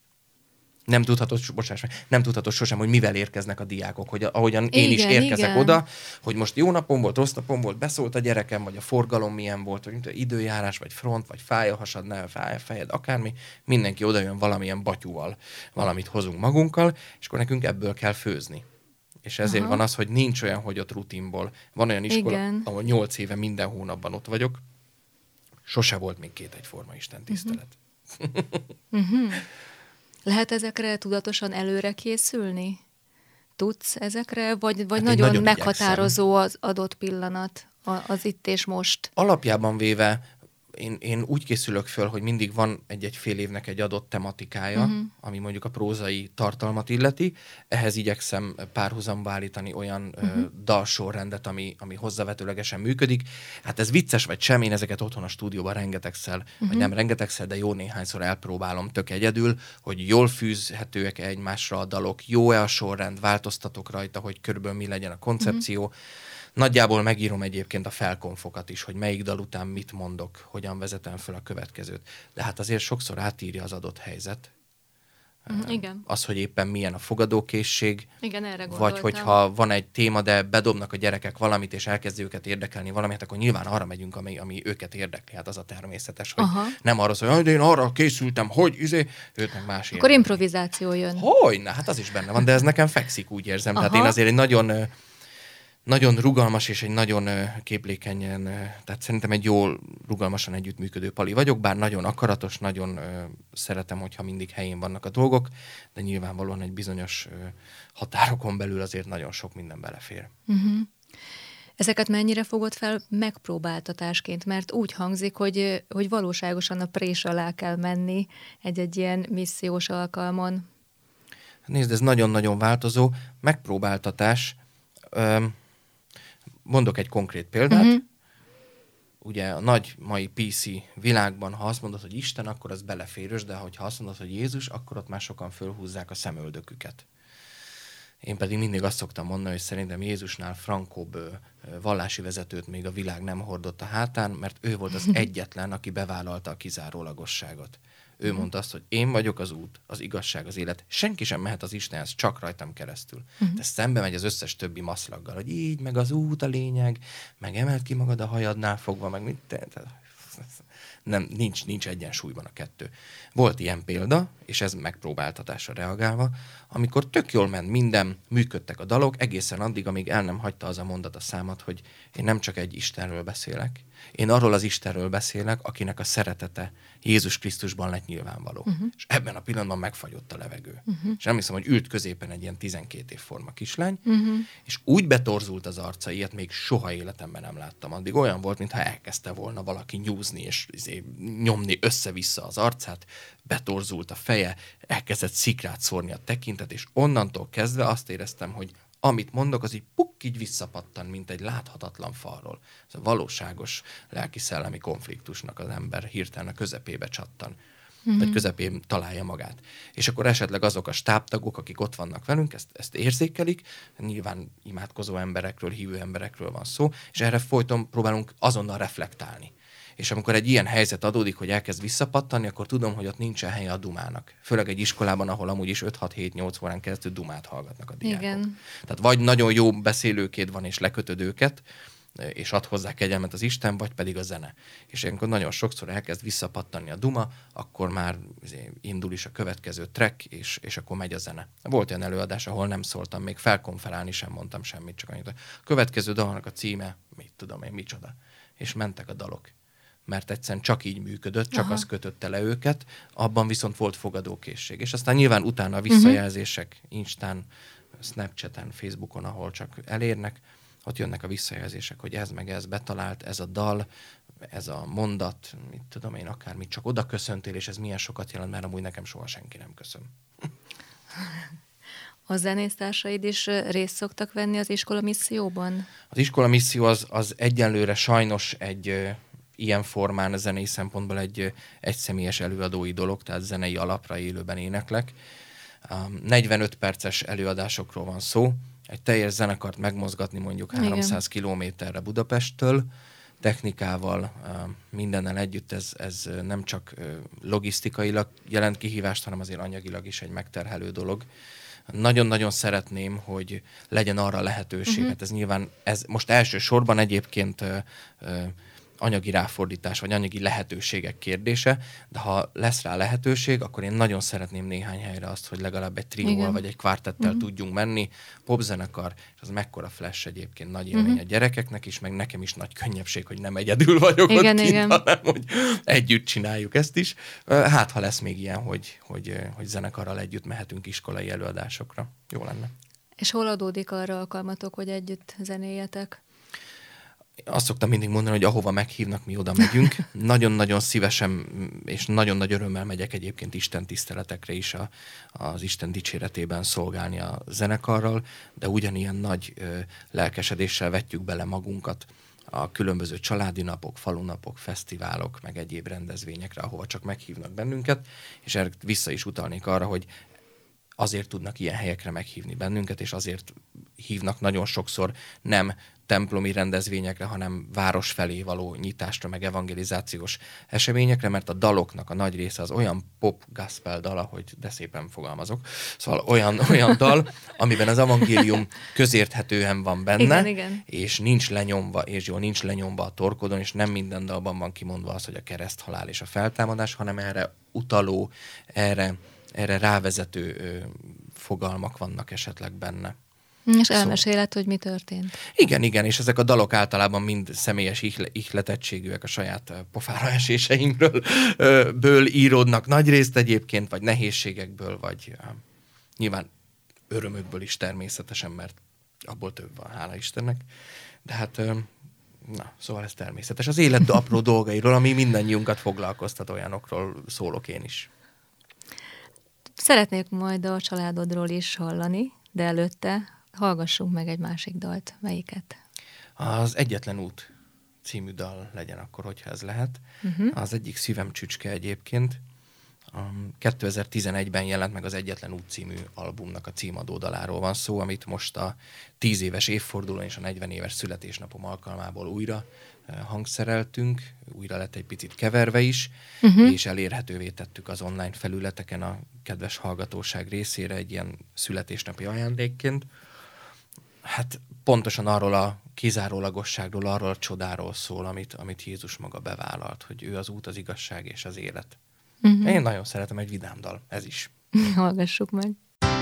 Nem tudhatod, bocsáss meg, nem tudhatod sosem, hogy mivel érkeznek a diákok, hogy ahogyan igen, én is érkezek igen. oda, hogy most jó napom volt, rossz napom volt, beszólt a gyerekem, vagy a forgalom milyen volt, vagy időjárás, vagy front, vagy fáj a hasad, ne fáj a fejed, akármi, mindenki oda jön valamilyen batyúval, valamit hozunk magunkkal, és akkor nekünk ebből kell főzni. És ezért Aha. van az, hogy nincs olyan, hogy ott rutinból. Van olyan iskola, igen. ahol nyolc éve minden hónapban ott vagyok, sose volt még két egyforma Isten tisztelet. Uh-huh. uh-huh. Lehet ezekre tudatosan előre készülni? Tudsz ezekre? Vagy, vagy hát nagyon, nagyon meghatározó az adott pillanat, az itt és most? Alapjában véve én, én úgy készülök föl, hogy mindig van egy-egy fél évnek egy adott tematikája, uh-huh. ami mondjuk a prózai tartalmat illeti. Ehhez igyekszem párhuzamba állítani olyan uh-huh. ö, dalsorrendet, ami, ami hozzávetőlegesen működik. Hát ez vicces vagy sem, én ezeket otthon a stúdióban rengetegszer, uh-huh. vagy nem rengetegszer, de jó néhányszor elpróbálom tök egyedül, hogy jól fűzhetőek egymásra a dalok, jó-e a sorrend, változtatok rajta, hogy körülbelül mi legyen a koncepció. Uh-huh. Nagyjából megírom egyébként a felkonfokat is, hogy melyik dal után mit mondok, hogyan vezetem fel a következőt. De hát azért sokszor átírja az adott helyzet. Mm, igen. Az, hogy éppen milyen a fogadókészség. Igen, erre gondoltam. Vagy hogyha van egy téma, de bedobnak a gyerekek valamit, és elkezdi őket érdekelni valamit, akkor nyilván arra megyünk, ami, ami őket érdekli. Hát az a természetes, hogy Aha. nem arra szól, hogy én arra készültem, hogy izé, őt meg más Akkor érdekli. Improvizáció jön. Hogyne, hát az is benne van, de ez nekem fekszik, úgy érzem. Aha. Tehát én azért egy nagyon... nagyon rugalmas és egy nagyon képlékenyen, tehát szerintem egy jól rugalmasan együttműködő pali vagyok, bár nagyon akaratos, nagyon szeretem, hogyha mindig helyén vannak a dolgok, de nyilvánvalóan egy bizonyos határokon belül azért nagyon sok minden belefér. Uh-huh. Ezeket mennyire fogod fel megpróbáltatásként? Mert úgy hangzik, hogy, hogy valóságosan a prés alá kell menni egy-egy ilyen missziós alkalmon. Nézd, ez nagyon-nagyon változó. Megpróbáltatás... Öm, Mondok egy konkrét példát. Uh-huh. Ugye a nagy mai pé cé világban, ha azt mondod, hogy Isten, akkor az beleférős, de ha azt mondod, hogy Jézus, akkor ott már sokan fölhúzzák a szemöldöküket. Én pedig mindig azt szoktam mondani, hogy szerintem Jézusnál frankóbb vallási vezetőt még a világ nem hordott a hátán, mert ő volt az egyetlen, aki bevállalta a kizárólagosságot. Ő mondta azt, hogy én vagyok az út, az igazság, az élet. Senki sem mehet az Istenhez, csak rajtam keresztül. Uh-huh. De szembe megy az összes többi maszlaggal, hogy így, meg az út a lényeg, meg emeld ki magad a hajadnál fogva, meg mit te... Nem, nincs, nincs egyensúlyban a kettő. Volt ilyen példa, és ez megpróbáltatásra reagálva, amikor tök jól ment minden, működtek a dalok, egészen addig, amíg el nem hagyta az a mondat a számat, hogy én nem csak egy Istenről beszélek, én arról az Istenről beszélek, akinek a szeretete Jézus Krisztusban lett nyilvánvaló. Uh-huh. És ebben a pillanatban megfagyott a levegő. Uh-huh. És nem hiszem, hogy ült középen egy ilyen tizenkét évforma kislány, uh-huh. és úgy betorzult az arca, ilyet még soha életemben nem láttam. Addig olyan volt, mintha elkezdte volna valaki nyúzni, és nyomni össze-vissza az arcát, betorzult a feje, elkezdett szikrát szórni a tekintet, és onnantól kezdve azt éreztem, hogy amit mondok, az így pukk, így visszapattan, mint egy láthatatlan falról. Ez a valóságos lelki-szellemi konfliktusnak az ember hirtelen a közepébe csattan. Mm-hmm. Vagy közepén találja magát. És akkor esetleg azok a stábtagok, akik ott vannak velünk, ezt, ezt érzékelik, nyilván imádkozó emberekről, hívő emberekről van szó, és erre folyton próbálunk azonnal reflektálni. És amikor egy ilyen helyzet adódik, hogy elkezd visszapattani, akkor tudom, hogy ott nincsen helye a dumának. Főleg egy iskolában, ahol amúgy is öt-hat-hét-nyolc órán keresztül dumát hallgatnak a diákok. Igen. Tehát vagy nagyon jó beszélőkéd van, és lekötöd őket, és ad hozzá kegyelmet az Isten, vagy pedig a zene. És ilyenkor nagyon sokszor elkezd visszapattani a duma, akkor már indul is a következő track, és, és akkor megy a zene. Volt olyan előadás, ahol nem szóltam, még felkonferálni sem mondtam semmit, csak annyit. A következő dalnak a címe, mit tudom én, micsoda. És mentek a dalok. Mert egyszerűen csak így működött, csak Aha. az kötötte le őket, abban viszont volt fogadókészség. És aztán nyilván utána a visszajelzések uh-huh. Instán, Snapchaten, Facebookon, ahol csak elérnek, ott jönnek a visszajelzések, hogy ez meg ez betalált, ez a dal, ez a mondat, mit tudom én, akármit, csak oda köszöntél, és ez milyen sokat jelent, mert amúgy nekem soha senki nem köszön. A zenésztársaid is részt szoktak venni az iskola misszióban? Az iskola misszió az, az egyenlőre sajnos egy... ilyen formán a zenei szempontból egy egyszemélyes előadói dolog, tehát zenei alapra élőben éneklek. negyvenöt perces előadásokról van szó, egy teljes zenekart megmozgatni mondjuk Igen. háromszáz kilométerre Budapesttől, technikával, mindennel együtt ez, ez nem csak logisztikailag jelent kihívást, hanem azért anyagilag is egy megterhelő dolog. Nagyon-nagyon szeretném, hogy legyen arra lehetőség. Uh-huh. Hát ez nyilván, ez most elsősorban egyébként anyagi ráfordítás, vagy anyagi lehetőségek kérdése, de ha lesz rá lehetőség, akkor én nagyon szeretném néhány helyre azt, hogy legalább egy trióval, vagy egy kvártettel uh-huh. tudjunk menni, popzenekar, és az mekkora flash egyébként, nagy élmény uh-huh. a gyerekeknek is, meg nekem is nagy könnyebbség, hogy nem egyedül vagyok igen, ott igen. kint, hanem hogy együtt csináljuk ezt is. Hát, ha lesz még ilyen, hogy, hogy, hogy zenekarral együtt mehetünk iskolai előadásokra. Jó lenne. És hol adódik arra alkalmatok, hogy együtt zenéljetek? Azt szoktam mindig mondani, hogy ahova meghívnak, mi oda megyünk. Nagyon-nagyon szívesen és nagyon nagy örömmel megyek egyébként Isten tiszteletekre is a, az Isten dicséretében szolgálni a zenekarral, de ugyanilyen nagy ö, lelkesedéssel vetjük bele magunkat a különböző családi napok, falunapok, fesztiválok, meg egyéb rendezvényekre, ahova csak meghívnak bennünket, és erre vissza is utalnék arra, hogy azért tudnak ilyen helyekre meghívni bennünket, és azért hívnak nagyon sokszor nem templomi rendezvényekre, hanem város felé való nyitásra, meg evangelizációs eseményekre, mert a daloknak a nagy része az olyan pop-gospel dal, ahogy de szépen fogalmazok, szóval olyan, olyan dal, amiben az evangélium közérthetően van benne, igen, igen. és nincs lenyomva, és jól nincs lenyomva a torkodon, és nem minden dalban van kimondva az, hogy a kereszthalál és a feltámadás, hanem erre utaló, erre, erre rávezető ö, fogalmak vannak esetleg benne. És elmeséled, hogy mi történt. Igen, igen, és ezek a dalok általában mind személyes ihletettségűek, a saját pofára eséseimről ből íródnak nagyrészt egyébként, vagy nehézségekből, vagy nyilván örömökből is természetesen, mert abból több van, hála Istennek. De hát, na, szóval ez természetes. Az élet apró dolgairól, ami mindannyiunkat foglalkoztat, olyanokról szólok én is. Szeretnék majd a családodról is hallani, de előtte hallgassunk meg egy másik dalt. Melyiket? Az Egyetlen út című dal legyen akkor, hogyha ez lehet. Uh-huh. Az egyik szívem csücske egyébként. kétezer-tizenegyben jelent meg az Egyetlen út című albumnak a címadó daláról van szó, amit most a tíz éves évfordulón és a negyven éves születésnapom alkalmából újra hangszereltünk, újra lett egy picit keverve is, uh-huh. és elérhetővé tettük az online felületeken a kedves hallgatóság részére egy ilyen születésnapi ajándékként. Hát pontosan arról a kizárólagosságról, arról a csodáról szól, amit, amit Jézus maga bevállalt, hogy ő az út, az igazság és az élet. Uh-huh. Én nagyon szeretem, egy vidám dal, ez is. Hallgassuk meg.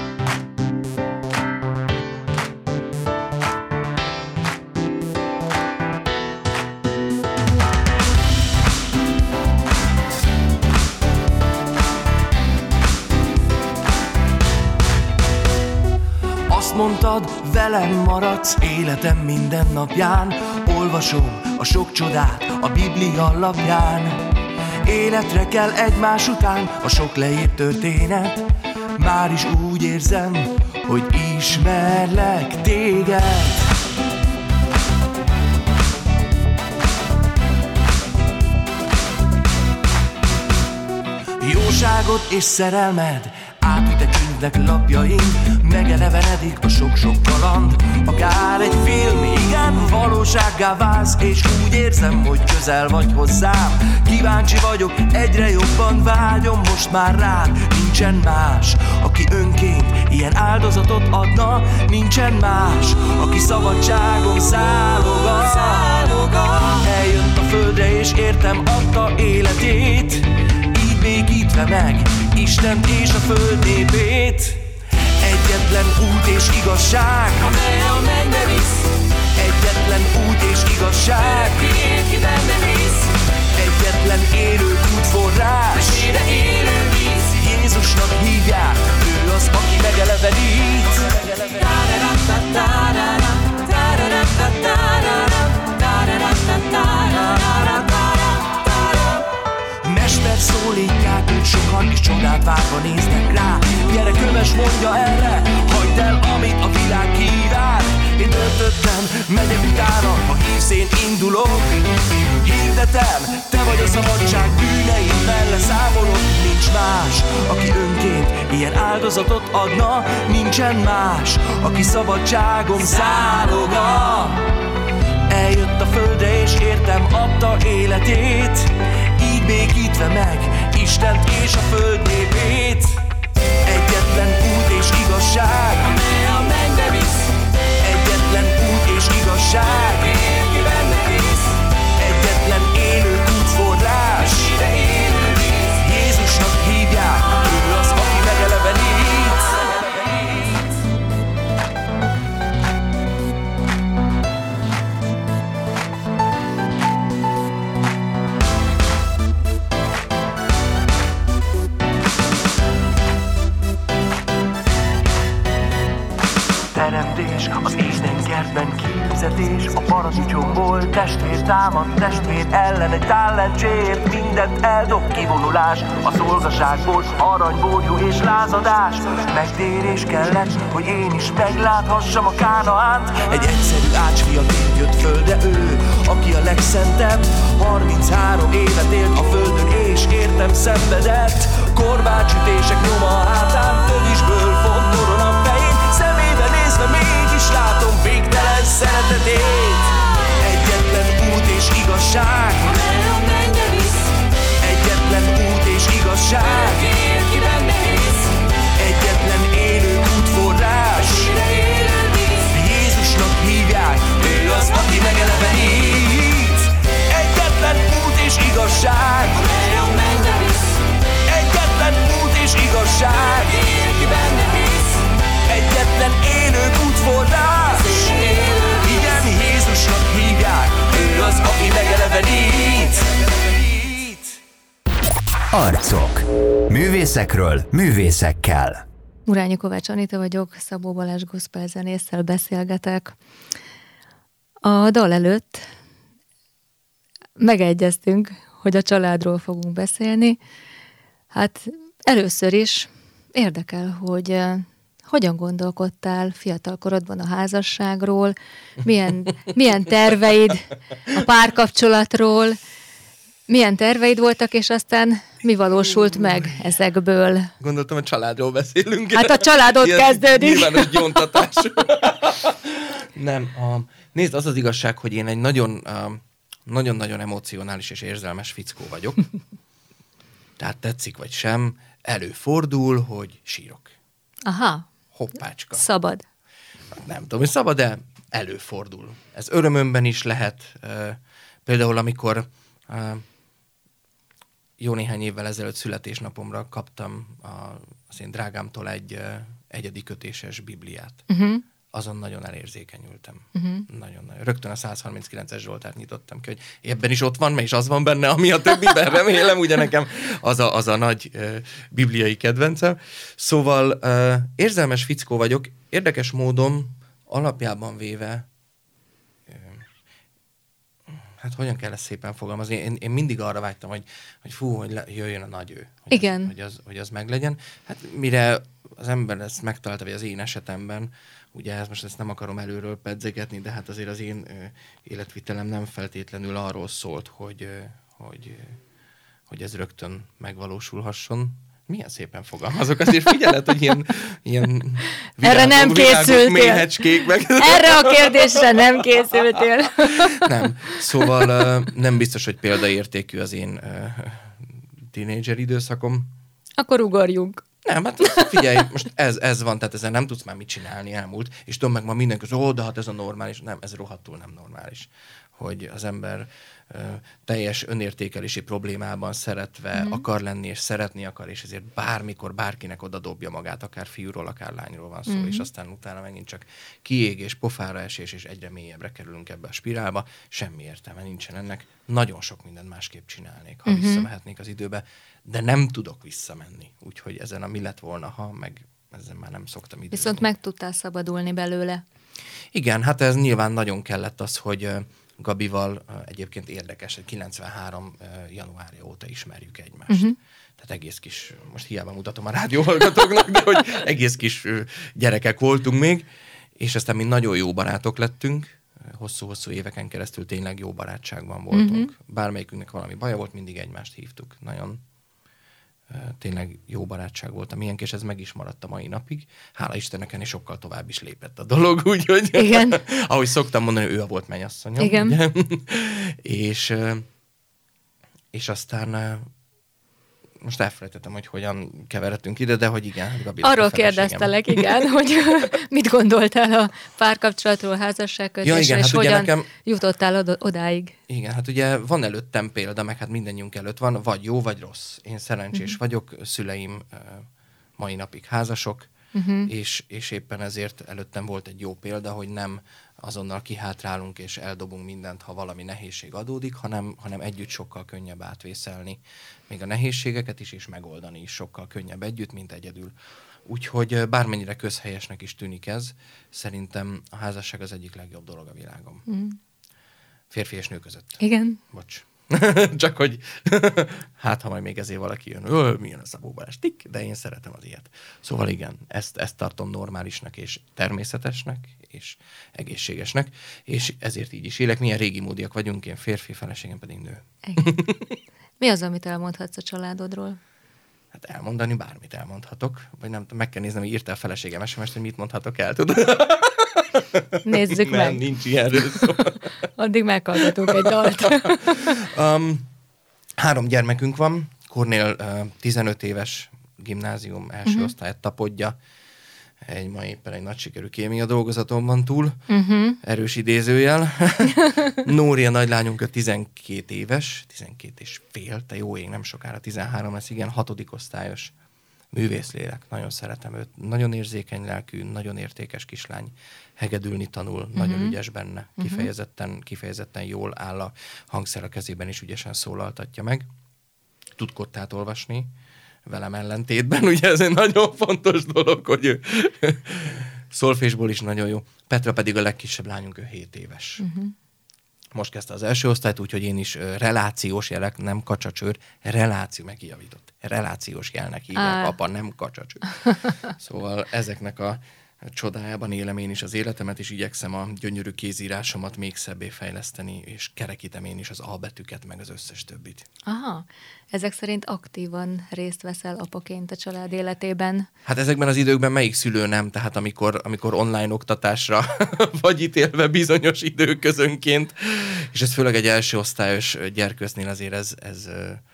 Azt mondtad, velem maradsz életem minden napján, olvasom a sok csodát a Biblia lapján. Életre kell egymás után a sok leírt történet, már is úgy érzem, hogy ismerlek téged. Jóságot és szerelmed átvitt a könyvnek lapjain, megelevenedik a sok-sok kaland. Akár egy film, igen, valósággá válsz, és úgy érzem, hogy közel vagy hozzám. Kíváncsi vagyok, egyre jobban vágyom most már rád. Nincsen más, aki önként ilyen áldozatot adna. Nincsen más, aki szabadságom záloga. Eljött a földre és értem adta életét, így békítve meg Istent és a föld népét. Egyetlen út és igazság, amely a mennybe visz. Egyetlen út és igazság, ki benne hisz. Egyetlen élő útforrás, élő víz. Jézusnak hívják, ő az, aki megelevenít. Mester szólítják őt sokan, és csodát várva néznek rá. Gyere, kövess, mondja erre, hagyd el, amit a világ kíván. Én döntöttem, megyek utána, ha hívsz, én indulok. Hirdetem, te vagy a szabadság bűneimmel leszámolok. Nincs más, aki önként ilyen áldozatot adna. Nincsen más, aki szabadságom záloga. Eljött a földre és értem adta életét, így békítve meg Istent és a föld népét. Egyetlen út és igazság, amely a mennybe visz. Egyetlen út és igazság, ki benne hisz. Egyetlen élő útforrás, Jézusnak hívják, ő az, aki megelevenít. Teremtés, az Isten kertben kifizetés, a paradicsomból testvér támad, testvér ellen egy tállencsért, mindent eldob kivonulás, a szolgaságból aranyból jó és lázadás. Megtérés kellett, hogy én is megláthassam a Kánaánt. Egy egyszerű ácsfiaként jött földre ő, aki a legszentebb. harminchárom évet élt a földön és értem szenvedett. Korbácsütések nyoma a hátán, tövisből font toron a fején. Szemébe nézve mégis látom végtelen szeretetét. Egyetlen út és igazság, amely a mennybe visz. Egyetlen út és igazság, ki benne hisz. Egyetlen élő útforrás, Jézusnak hívják, ő az, aki megelevenít. Egyetlen út és igazság, amely a mennybe visz. Egyetlen út és igazság, ki benne hisz. Egyetlen élő útforrás, igen, Jézusnak hívják, ő az, aki megelevenít. Arcok. Művészekről, művészekkel. Murányi Kovács Anita vagyok, Szabó Balázs gospel zenésszel beszélgetek. A dal előtt megegyeztünk, hogy a családról fogunk beszélni. Hát először is érdekel, hogy hogyan gondolkodtál fiatalkorodban a házasságról, milyen, milyen terveid a párkapcsolatról, milyen terveid voltak, és aztán Mi valósult meg ezekből? Gondoltam, a családról beszélünk. Hát a családot Ilyen kezdődik. Nyilvános gyóntatás. Nem, a, nézd, az az igazság, hogy én egy nagyon, uh, nagyon-nagyon emocionális és érzelmes fickó vagyok. Tehát tetszik vagy sem, előfordul, hogy sírok. Aha. Hoppácska. Szabad. Nem tudom, hogy szabad, de előfordul. Ez örömömben is lehet. Uh, például, amikor uh, jó néhány évvel ezelőtt születésnapomra kaptam a, az én drágámtól egy uh, egyedi kötéses Bibliát. Uh-huh. Azon nagyon elérzékenyültem. Uh-huh. Nagyon-nagyon. Rögtön a száz harminckilences Zsoltárt nyitottam ki, hogy ebben is ott van, és az van benne, ami a többiben remélem, ugye nekem az a, az a nagy uh, bibliai kedvencem. Szóval uh, érzelmes fickó vagyok. Érdekes módon alapjában véve uh, hát hogyan kell ezt szépen fogalmazni? Én, én mindig arra vágytam, hogy, hogy fú, hogy le, jöjjön a nagy ő. Hogy Igen. Az, hogy, az, hogy az meglegyen. Hát mire az ember ezt megtalálta, vagy az én esetemben, ugye ez most ezt nem akarom előről pedzegetni, de hát azért az én ö, életvitelem nem feltétlenül arról szólt, hogy, ö, hogy, ö, hogy ez rögtön megvalósulhasson. Milyen szépen fogalmazok, azért figyeled, hogy ilyen, ilyen erre nem készültél. Méhecskék meg. Erre a kérdésre nem készültél. Nem. Szóval uh, nem biztos, hogy példaértékű az én uh, tínédzser időszakom. Akkor ugorjunk. Nem, hát figyelj, most ez, ez van, tehát ezzel nem tudsz már mit csinálni, elmúlt, és tudom meg ma mindenki, hogy ó, de hát ez a normális. Nem, ez rohadtul nem normális, hogy az ember ö, teljes önértékelési problémában szeretve mm. akar lenni, és szeretni akar, és ezért bármikor bárkinek oda dobja magát, akár fiúról, akár lányról van szó, mm. és aztán utána megint csak kiégés, pofára esés, és egyre mélyebbre kerülünk ebbe a spirálba. Semmi értelme nincsen ennek. Nagyon sok mindent másképp csinálnék, ha mm-hmm. visszamehetnék az időbe, de nem tudok visszamenni. Úgyhogy ezen a mi lett volna, ha meg ezen már nem szoktam időzni. Viszont meg tudtál szabadulni belőle. Igen, hát ez nyilván nagyon kellett az, hogy Gabival egyébként érdekes, hogy kilencvenhárom januárja óta ismerjük egymást. Uh-huh. Tehát egész kis, most hiába mutatom a rádióhallgatóknak, de hogy egész kis gyerekek voltunk még, és aztán mi nagyon jó barátok lettünk, hosszú-hosszú éveken keresztül tényleg jó barátságban voltunk. Uh-huh. Bármelyikünknek valami baja volt, mindig egymást hívtuk. Nagyon tényleg jó barátság volt a miénk, és ez meg is maradt a mai napig. Hála Istennek, ennél sokkal tovább is lépett a dolog, úgyhogy igen. ahogy szoktam mondani, ő a volt mennyasszonyom. Igen. Ugye? és, és aztán most elfelejtettem, hogy hogyan keveredtünk ide, de hogy igen. Gabi, arról kérdeztelek, igen, hogy mit gondoltál a párkapcsolatról, házasságkötésről, ja, igen, és hát hogyan nekem... jutottál od- odáig. Igen, hát ugye van előttem példa, meg hát mindannyiunk előtt van, vagy jó, vagy rossz. Én szerencsés uh-huh. vagyok, szüleim mai napig házasok, uh-huh. és, és éppen ezért előttem volt egy jó példa, hogy nem azonnal kihátrálunk és eldobunk mindent, ha valami nehézség adódik, hanem, hanem együtt sokkal könnyebb átvészelni még a nehézségeket is, és megoldani is sokkal könnyebb együtt, mint egyedül. Úgyhogy bármennyire közhelyesnek is tűnik ez, szerintem a házasság az egyik legjobb dolog a világon. Mm. Férfi és nő között. Igen. Bocs. Csak hogy hát, ha majd még ezért valaki jön, Ö, milyen a Szabó Balázs, tik, de én szeretem az ilyet. Szóval igen, ezt, ezt tartom normálisnak és természetesnek és egészségesnek, és ezért így is élek. Milyen régi módiak vagyunk, én férfi, feleségem pedig nő. Igen. Mi az, amit elmondhatsz a családodról? Hát elmondani bármit elmondhatok, vagy nem tudom, meg kell néznem, hogy írta a feleségem es em es-t, hogy mit mondhatok el, tudod? Nézzük nem, meg. Nincs ilyenről szó. Addig meghallgatunk egy dalt. um, három gyermekünk van. Kornél uh, tizenöt éves gimnázium első uh-huh. osztályát tapodja. Egy ma éppen egy nagy sikerű kémia dolgozatomban túl. Uh-huh. Erős idézőjel. Nóri a nagylányunk tizenkét éves, tizenkét és fél, te jó ég, nem sokára tizenhárom lesz, igen, hatodik osztályos művészlélek. Nagyon szeretem őt. Nagyon érzékeny lelkű, nagyon értékes kislány. Hegedülni tanul, uh-huh. nagyon ügyes benne. Kifejezetten, kifejezetten jól áll a hangszer a kezében, és ügyesen szólaltatja meg. Tud kottát olvasni, velem ellentétben, ugye ez egy nagyon fontos dolog, hogy ő szolfésból is nagyon jó. Petra pedig a legkisebb lányunk, ő hét éves. Uh-huh. Most kezdte az első osztályt, úgyhogy én is uh, relációs jelek, nem kacsacsőr, reláció, megkijavított. Relációs jelnek hívják, apa, nem kacsacsőr. Szóval ezeknek a csodájában élem én is az életemet, és igyekszem a gyönyörű kézírásomat még szebbé fejleszteni, és kerekítem én is az A betűket, meg az összes többit. Aha, ezek szerint aktívan részt veszel apaként a család életében. Hát ezekben az időkben melyik szülő nem? Tehát amikor, amikor online oktatásra vagy ítélve bizonyos időközönként, és ez főleg egy első osztályos gyerkőcnél azért ez, ez,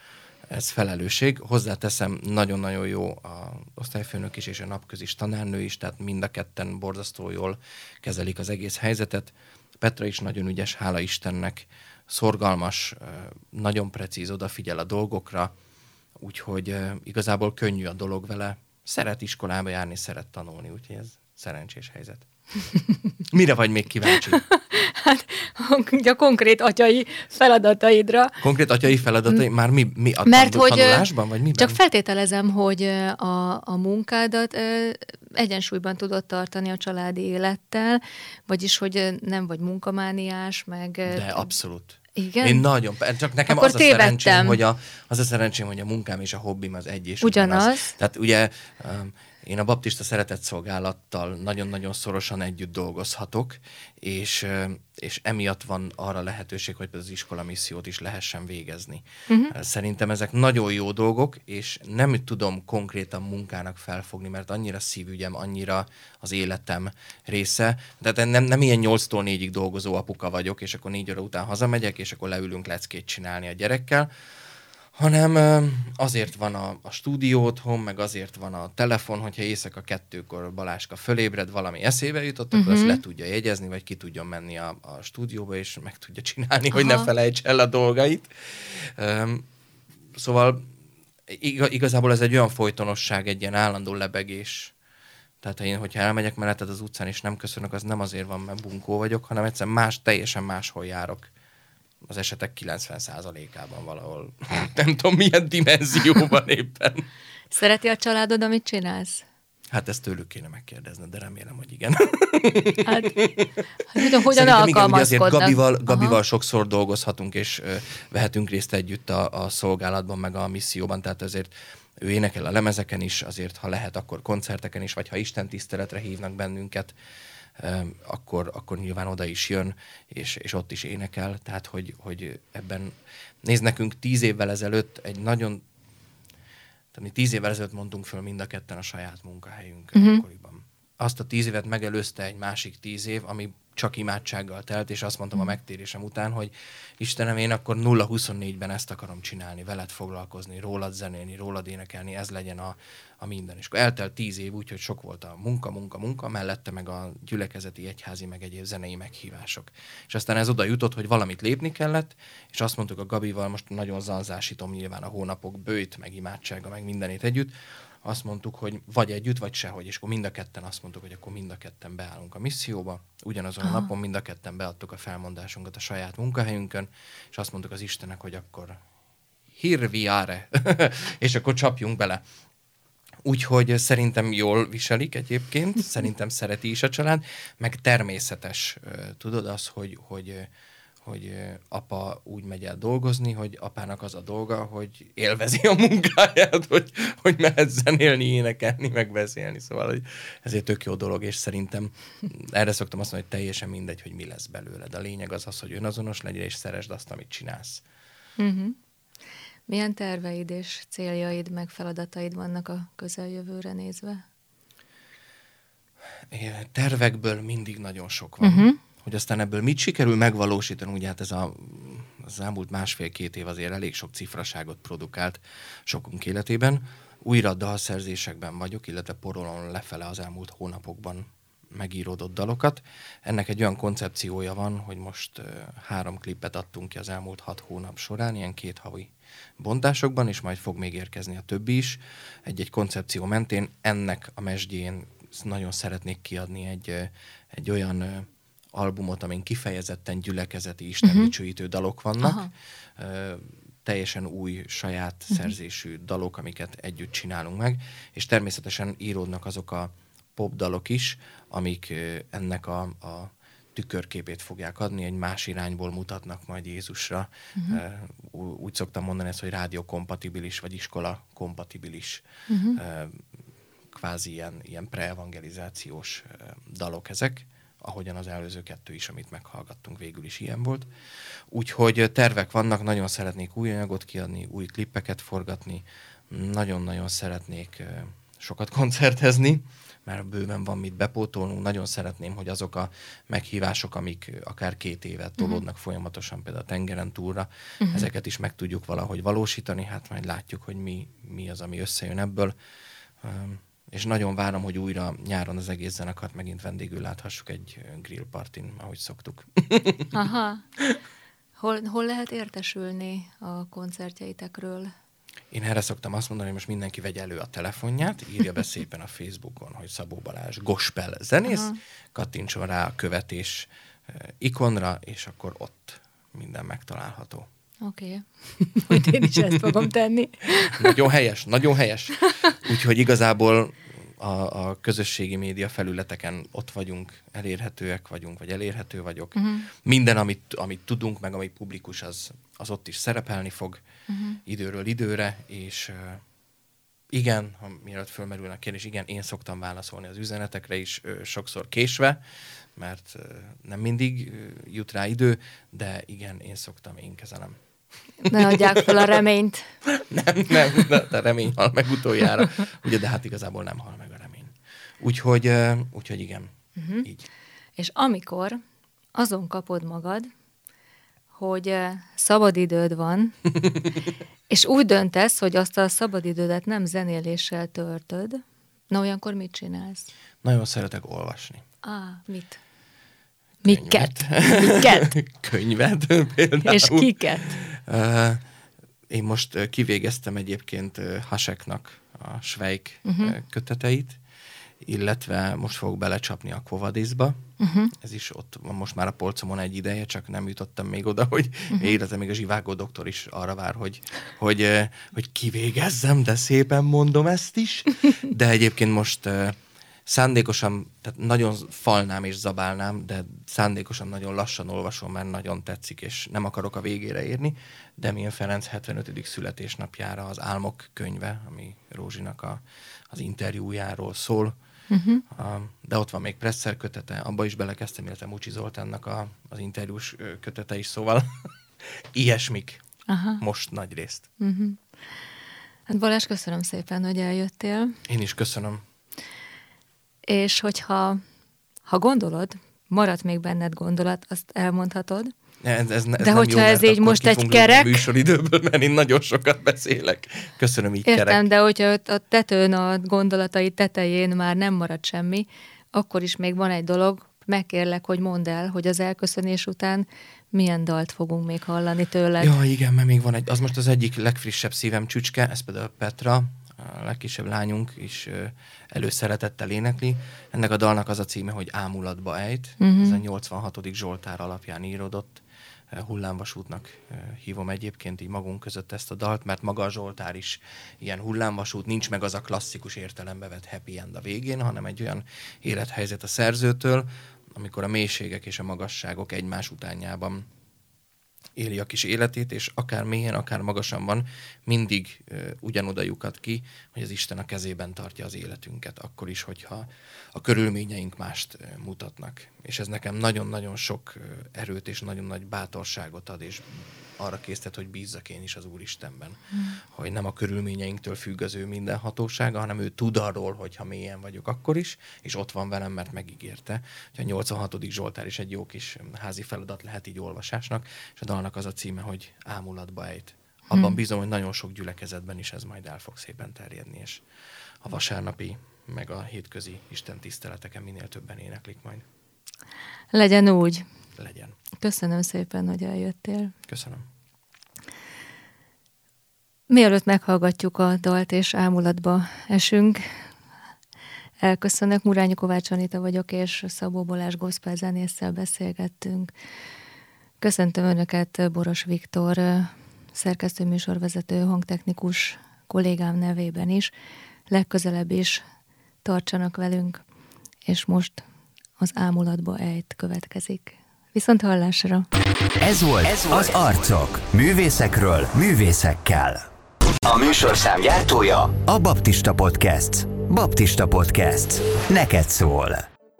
ez felelősség. Hozzáteszem, nagyon-nagyon jó a osztályfőnök is, és a napközis tanárnő is, tehát mind a ketten borzasztó jól kezelik az egész helyzetet. Petra is nagyon ügyes, hála Istennek, szorgalmas, nagyon precíz, odafigyel a dolgokra, úgyhogy igazából könnyű a dolog vele. Szeret iskolába járni, szeret tanulni, úgyhogy ez szerencsés helyzet. Mire vagy még kíváncsi? Hát a konkrét atyai feladataidra. Konkrét atyai feladatai? Már mi? mi a Mert tanul, hogy tanulásban, vagy miben? Csak feltételezem, hogy a, a munkádat egyensúlyban tudod tartani a családi élettel, vagyis, hogy nem vagy munkamániás, meg... De abszolút. Igen? Én nagyon, csak nekem Akkor az a, tévedtem. szerencsém, hogy a, az a szerencsém, hogy a munkám és a hobbim az egy és ugyanaz. ugyanaz. Tehát ugye én a baptista szeretetszolgálattal nagyon-nagyon szorosan együtt dolgozhatok, és, és emiatt van arra lehetőség, hogy az iskola missziót is lehessen végezni. Uh-huh. Szerintem ezek nagyon jó dolgok, és nem tudom konkrétan munkának felfogni, mert annyira szívügyem, annyira az életem része. Tehát nem, nem ilyen nyolctól négyig dolgozó apuka vagyok, és akkor négy óra után hazamegyek, és akkor leülünk leckét csinálni a gyerekkel, hanem azért van a, a stúdió otthon, meg azért van a telefon, hogyha éjszaka kettőkor Baláska fölébred, valami eszébe jutott, uh-huh. akkor azt le tudja jegyezni, vagy ki tudjon menni a, a stúdióba, és meg tudja csinálni, aha. hogy ne felejts el a dolgait. Um, szóval ig- igazából ez egy olyan folytonosság, egy ilyen állandó lebegés. Tehát én, hogyha elmegyek melletted az utcán, és nem köszönök, az nem azért van, mert bunkó vagyok, hanem egyszerűen más, teljesen máshol járok. Az esetek kilencven százalékában valahol. Nem tudom, milyen dimenzióban éppen. Szereti a családod, amit csinálsz? Hát ezt tőlük kéne megkérdezni, de remélem, hogy igen. Hát, hát tudom, hogyan alkalmazkodnak. Gabival, Gabival sokszor dolgozhatunk, és ö, vehetünk részt együtt a, a szolgálatban, meg a misszióban, tehát azért ő énekel a lemezeken is, azért ha lehet, akkor koncerteken is, vagy ha Isten tiszteletre hívnak bennünket, Akkor, akkor nyilván oda is jön, és, és ott is énekel. Tehát, hogy, hogy ebben... Nézd, nekünk tíz évvel ezelőtt egy nagyon... Tehát mi tíz évvel ezelőtt mondtunk föl mind a ketten a saját munkahelyünkön uh-huh. akkoriban. Azt a tíz évet megelőzte egy másik tíz év, ami csak imádsággal telt, és azt mondtam a megtérésem után, hogy Istenem, én akkor nulla huszonnégyben ezt akarom csinálni, veled foglalkozni, rólad zenélni, rólad énekelni, ez legyen a, a minden. És akkor eltelt tíz év úgy, hogy sok volt a munka, munka, munka, mellette meg a gyülekezeti, egyházi, meg egyéb zenei meghívások. És aztán ez oda jutott, hogy valamit lépni kellett, és azt mondtuk a Gabival, most nagyon zanzásítom nyilván a hónapok bőjt, meg imádsága, meg mindenét együtt, azt mondtuk, hogy vagy együtt, vagy sehogy, és akkor mind a ketten azt mondtuk, hogy akkor mind a ketten beállunk a misszióba. Ugyanazon Aha. a napon mind a ketten beadtuk a felmondásunkat a saját munkahelyünkön, és azt mondtuk az Istennek, hogy akkor here we are, és akkor csapjunk bele. Úgyhogy szerintem jól viselik egyébként, szerintem szereti is a család, meg természetes, tudod az, hogy, hogy hogy apa úgy megy el dolgozni, hogy apának az a dolga, hogy élvezi a munkáját, hogy, hogy mehet zenélni, énekelni, megbeszélni. Szóval hogy ezért tök jó dolog, és szerintem erre szoktam azt mondani, hogy teljesen mindegy, hogy mi lesz belőled. A lényeg az az, hogy önazonos legyél, és szeresd azt, amit csinálsz. Uh-huh. Milyen terveid és céljaid, meg feladataid vannak a közeljövőre nézve? Tervekből mindig nagyon sok van. Uh-huh. Hogy aztán ebből mit sikerül megvalósítani, ugye hát ez a, az elmúlt másfél-két év azért elég sok cifraságot produkált sokunk életében. Újra dalszerzésekben vagyok, illetve porolom lefele az elmúlt hónapokban megíródott dalokat. Ennek egy olyan koncepciója van, hogy most uh, három klippet adtunk ki az elmúlt hat hónap során, ilyen két havi bontásokban, és majd fog még érkezni a többi is. Egy-egy koncepció mentén ennek a mesdjén nagyon szeretnék kiadni egy, egy olyan uh, albumot, amin kifejezetten gyülekezeti, istendicsőítő uh-huh. dalok vannak. Uh, teljesen új, saját uh-huh. szerzésű dalok, amiket együtt csinálunk meg, és természetesen íródnak azok a popdalok is, amik uh, ennek a, a tükörképét fogják adni, egy más irányból mutatnak majd Jézusra. Uh-huh. Uh, úgy szoktam mondani ezt, hogy rádiókompatibilis, vagy iskola kompatibilis uh-huh. uh, kvázi ilyen, ilyen pre-evangelizációs dalok ezek, ahogyan az előző kettő is, amit meghallgattunk, végül is ilyen volt. Úgyhogy tervek vannak, nagyon szeretnék új anyagot kiadni, új klippeket forgatni, nagyon-nagyon szeretnék sokat koncertezni, mert bőven van mit bepótolnunk. Nagyon szeretném, hogy azok a meghívások, amik akár két évet tolódnak uh-huh. folyamatosan, például a tengeren túlra, uh-huh. ezeket is meg tudjuk valahogy valósítani, hát majd látjuk, hogy mi, mi az, ami összejön ebből. És nagyon várom, hogy újra nyáron az egész zenekart megint vendégül láthassuk egy grill partin, ahogy szoktuk. Aha. Hol, hol lehet értesülni a koncertjeitekről? Én erre szoktam azt mondani, hogy most mindenki vegye elő a telefonját, írja be szépen a Facebookon, hogy Szabó Balázs gospel zenész, aha. kattintson rá a követés ikonra, és akkor ott minden megtalálható. Oké, okay. Hogy én is ezt fogom tenni. Nagyon helyes, nagyon helyes. Úgyhogy igazából a, a közösségi média felületeken ott vagyunk, elérhetőek vagyunk, vagy elérhető vagyok. Uh-huh. Minden, amit, amit tudunk, meg ami publikus, az, az ott is szerepelni fog uh-huh. időről időre, és uh, igen, ha mielőtt fölmerülne a kérdés, igen, én szoktam válaszolni az üzenetekre is, uh, sokszor késve, mert uh, nem mindig uh, jut rá idő, de igen, én szoktam, én kezelem. Ne adják fel a reményt. nem, nem, de a remény hal meg utoljára. Ugye, de hát igazából nem hal meg a remény. Úgyhogy, uh, úgyhogy igen, uh-huh. így. És amikor azon kapod magad, hogy uh, szabadidőd van, és úgy döntesz, hogy azt a szabadidődet nem zenéléssel töltöd, na olyankor mit csinálsz? Nagyon szeretek olvasni. Á, mit? Miket? Miket? Könyvet például. És kiket? Uh, én most uh, kivégeztem egyébként uh, Haseknak a Schweik uh-huh. uh, köteteit, illetve most fogok belecsapni a Quo Vadisba. Uh-huh. Ez is ott van most már a polcomon egy ideje, csak nem jutottam még oda, hogy uh-huh. életem még a Zsivágó doktor is arra vár, hogy, hogy, uh, hogy kivégezzem, de szépen mondom ezt is. De egyébként most uh, szándékosan, tehát nagyon falnám és zabálnám, de szándékosan nagyon lassan olvasom, mert nagyon tetszik, és nem akarok a végére érni. Demjén Ferenc hetvenötödik születésnapjára az Álmok könyve, ami Rózsinak a, az interjújáról szól. Uh-huh. A, de ott van még Presser kötete, abba is belekezdtem, illetve Mucsi Zoltánnak a, az interjús kötete is, szóval ilyesmik. Aha. Most nagy részt. Uh-huh. Hát Balázs, köszönöm szépen, hogy eljöttél. Én is köszönöm. És hogyha ha gondolod, marad még benned gondolat, azt elmondhatod. Ez, ez, ez de hogyha jó, ez így most egy kerek... műsoridőből, mert én nagyon sokat beszélek. Köszönöm, így értem, kerek. de hogyha a tetőn, a gondolatai tetején már nem marad semmi, akkor is még van egy dolog, megkérlek, hogy mondd el, hogy az elköszönés után milyen dalt fogunk még hallani tőled. Ja, igen, mert még van egy, az most az egyik legfrissebb szívem csücske, ez például Petra, a legkisebb lányunk is előszeretettel énekli. Ennek a dalnak az a címe, hogy Ámulatba ejt. Uh-huh. Ez a nyolcvanhatodik Zsoltár alapján íródott. Hullámvasútnak hívom egyébként így magunk között ezt a dalt, mert maga a Zsoltár is ilyen hullámvasút, nincs meg az a klasszikus értelembe vett happy end a végén, hanem egy olyan élethelyzet a szerzőtől, amikor a mélységek és a magasságok egymás utánjában éli a kis életét, és akár mélyen, akár magasan van, mindig uh, ugyanoda lyukad ki, hogy az Isten a kezében tartja az életünket, akkor is, hogyha a körülményeink mást uh, mutatnak. És ez nekem nagyon-nagyon sok uh, erőt és nagyon nagy bátorságot ad, és arra késztet, hogy bízzak én is az Úristenben. Hmm. Hogy nem a körülményeinktől függ az ő minden hatósága, hanem ő tud arról, hogyha mélyen vagyok akkor is, és ott van velem, mert megígérte. Hogy a nyolcvanhatodik Zsoltár is egy jó kis házi feladat lehet így olvasásnak, és a dalnak az a címe, hogy Ámulatba ejt. Abban hmm. bízom, hogy nagyon sok gyülekezetben is ez majd el fog szépen terjedni, és a vasárnapi, meg a hétközi Isten tiszteleteken minél többen éneklik majd. Legyen úgy. Legyen. Köszönöm szépen, hogy eljöttél. Köszönöm. Mielőtt meghallgatjuk a dalt és ámulatba esünk, elköszönök. Murányi Kovács Anita vagyok, és Szabó Balázs gospel zenésszel beszélgettünk. Köszöntöm Önöket Boros Viktor, szerkesztő műsorvezető, hangtechnikus kollégám nevében is. Legközelebb is tartsanak velünk, és most az Ámulatba ejt következik. Viszont hallásra! Ez volt, Ez volt az Arcok. Művészekről, művészekkel. A műsorszám gyártója a Baptista Podcast. Baptista Podcast. Neked szól.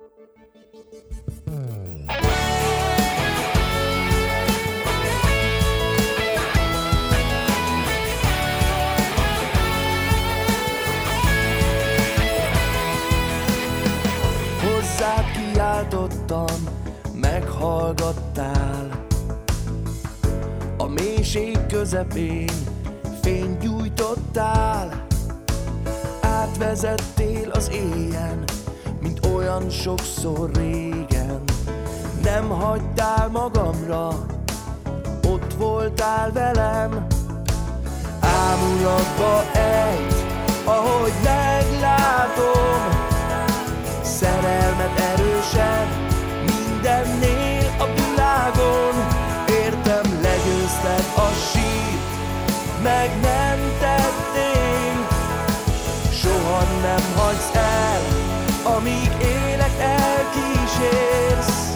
Hozzád kiáltottam, meghallgattál. A mélység közepén fényt gyújtottál. Átvezettél az éjjel, mint olyan sokszor régen. Nem hagytál magamra, ott voltál velem. Ámulatba ejt, ahogy meglátom. Szerelmed erősebb mindennél a világon. Értem, legyőzted a sírt, megmentettél. Soha nem hagysz el, amíg élek, elkísérsz.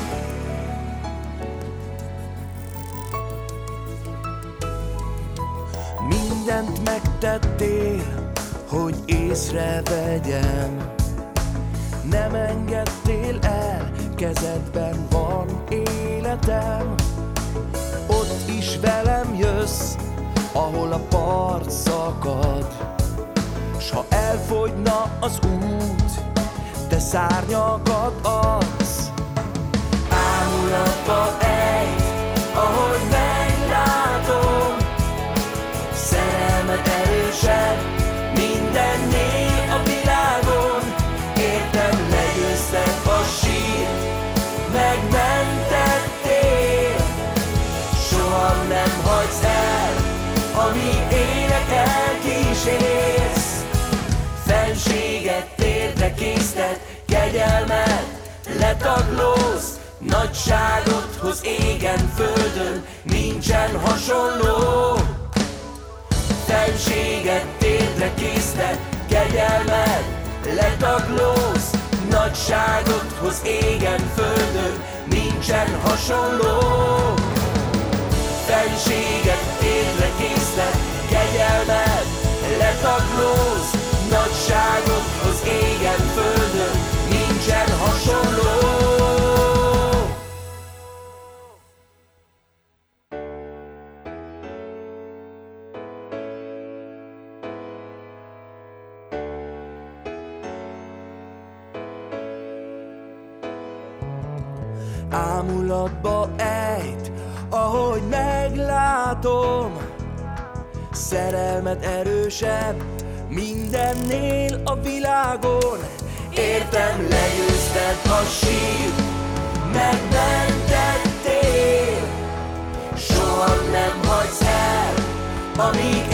Mindent megtettél, hogy észrevegyem. Nem engedtél el, kezedben van életem. Ott is velem jössz, ahol a part szakad. S ha elfogyna az út, te szárnyakat adsz. Ámulatba ejt, ahogy meglátom. Szerelmed erősebb mindennél a világon. Értem, legyőzted a sírt, megmentettél. Soha nem hagysz el, amíg élek, elkísérsz. Fenséget térdre késztet, kegyelmet letaglóz. Nagyságodhoz égen földön nincsen hasonló. Fenséget térdre késztet, kegyelmet letaglóz. Nagyságodhoz égen földön nincsen hasonló. Fenséget térdre késztet, kegyelmet letaglóz. Nagyságodhoz égen földön nincsen hasonló. Ámulatba ejt, ahogy meglátom. Szerelmed erősebb mindennél a világon. Értem, legyőzted a sírt, megmentettél. Soha nem hagysz el, amíg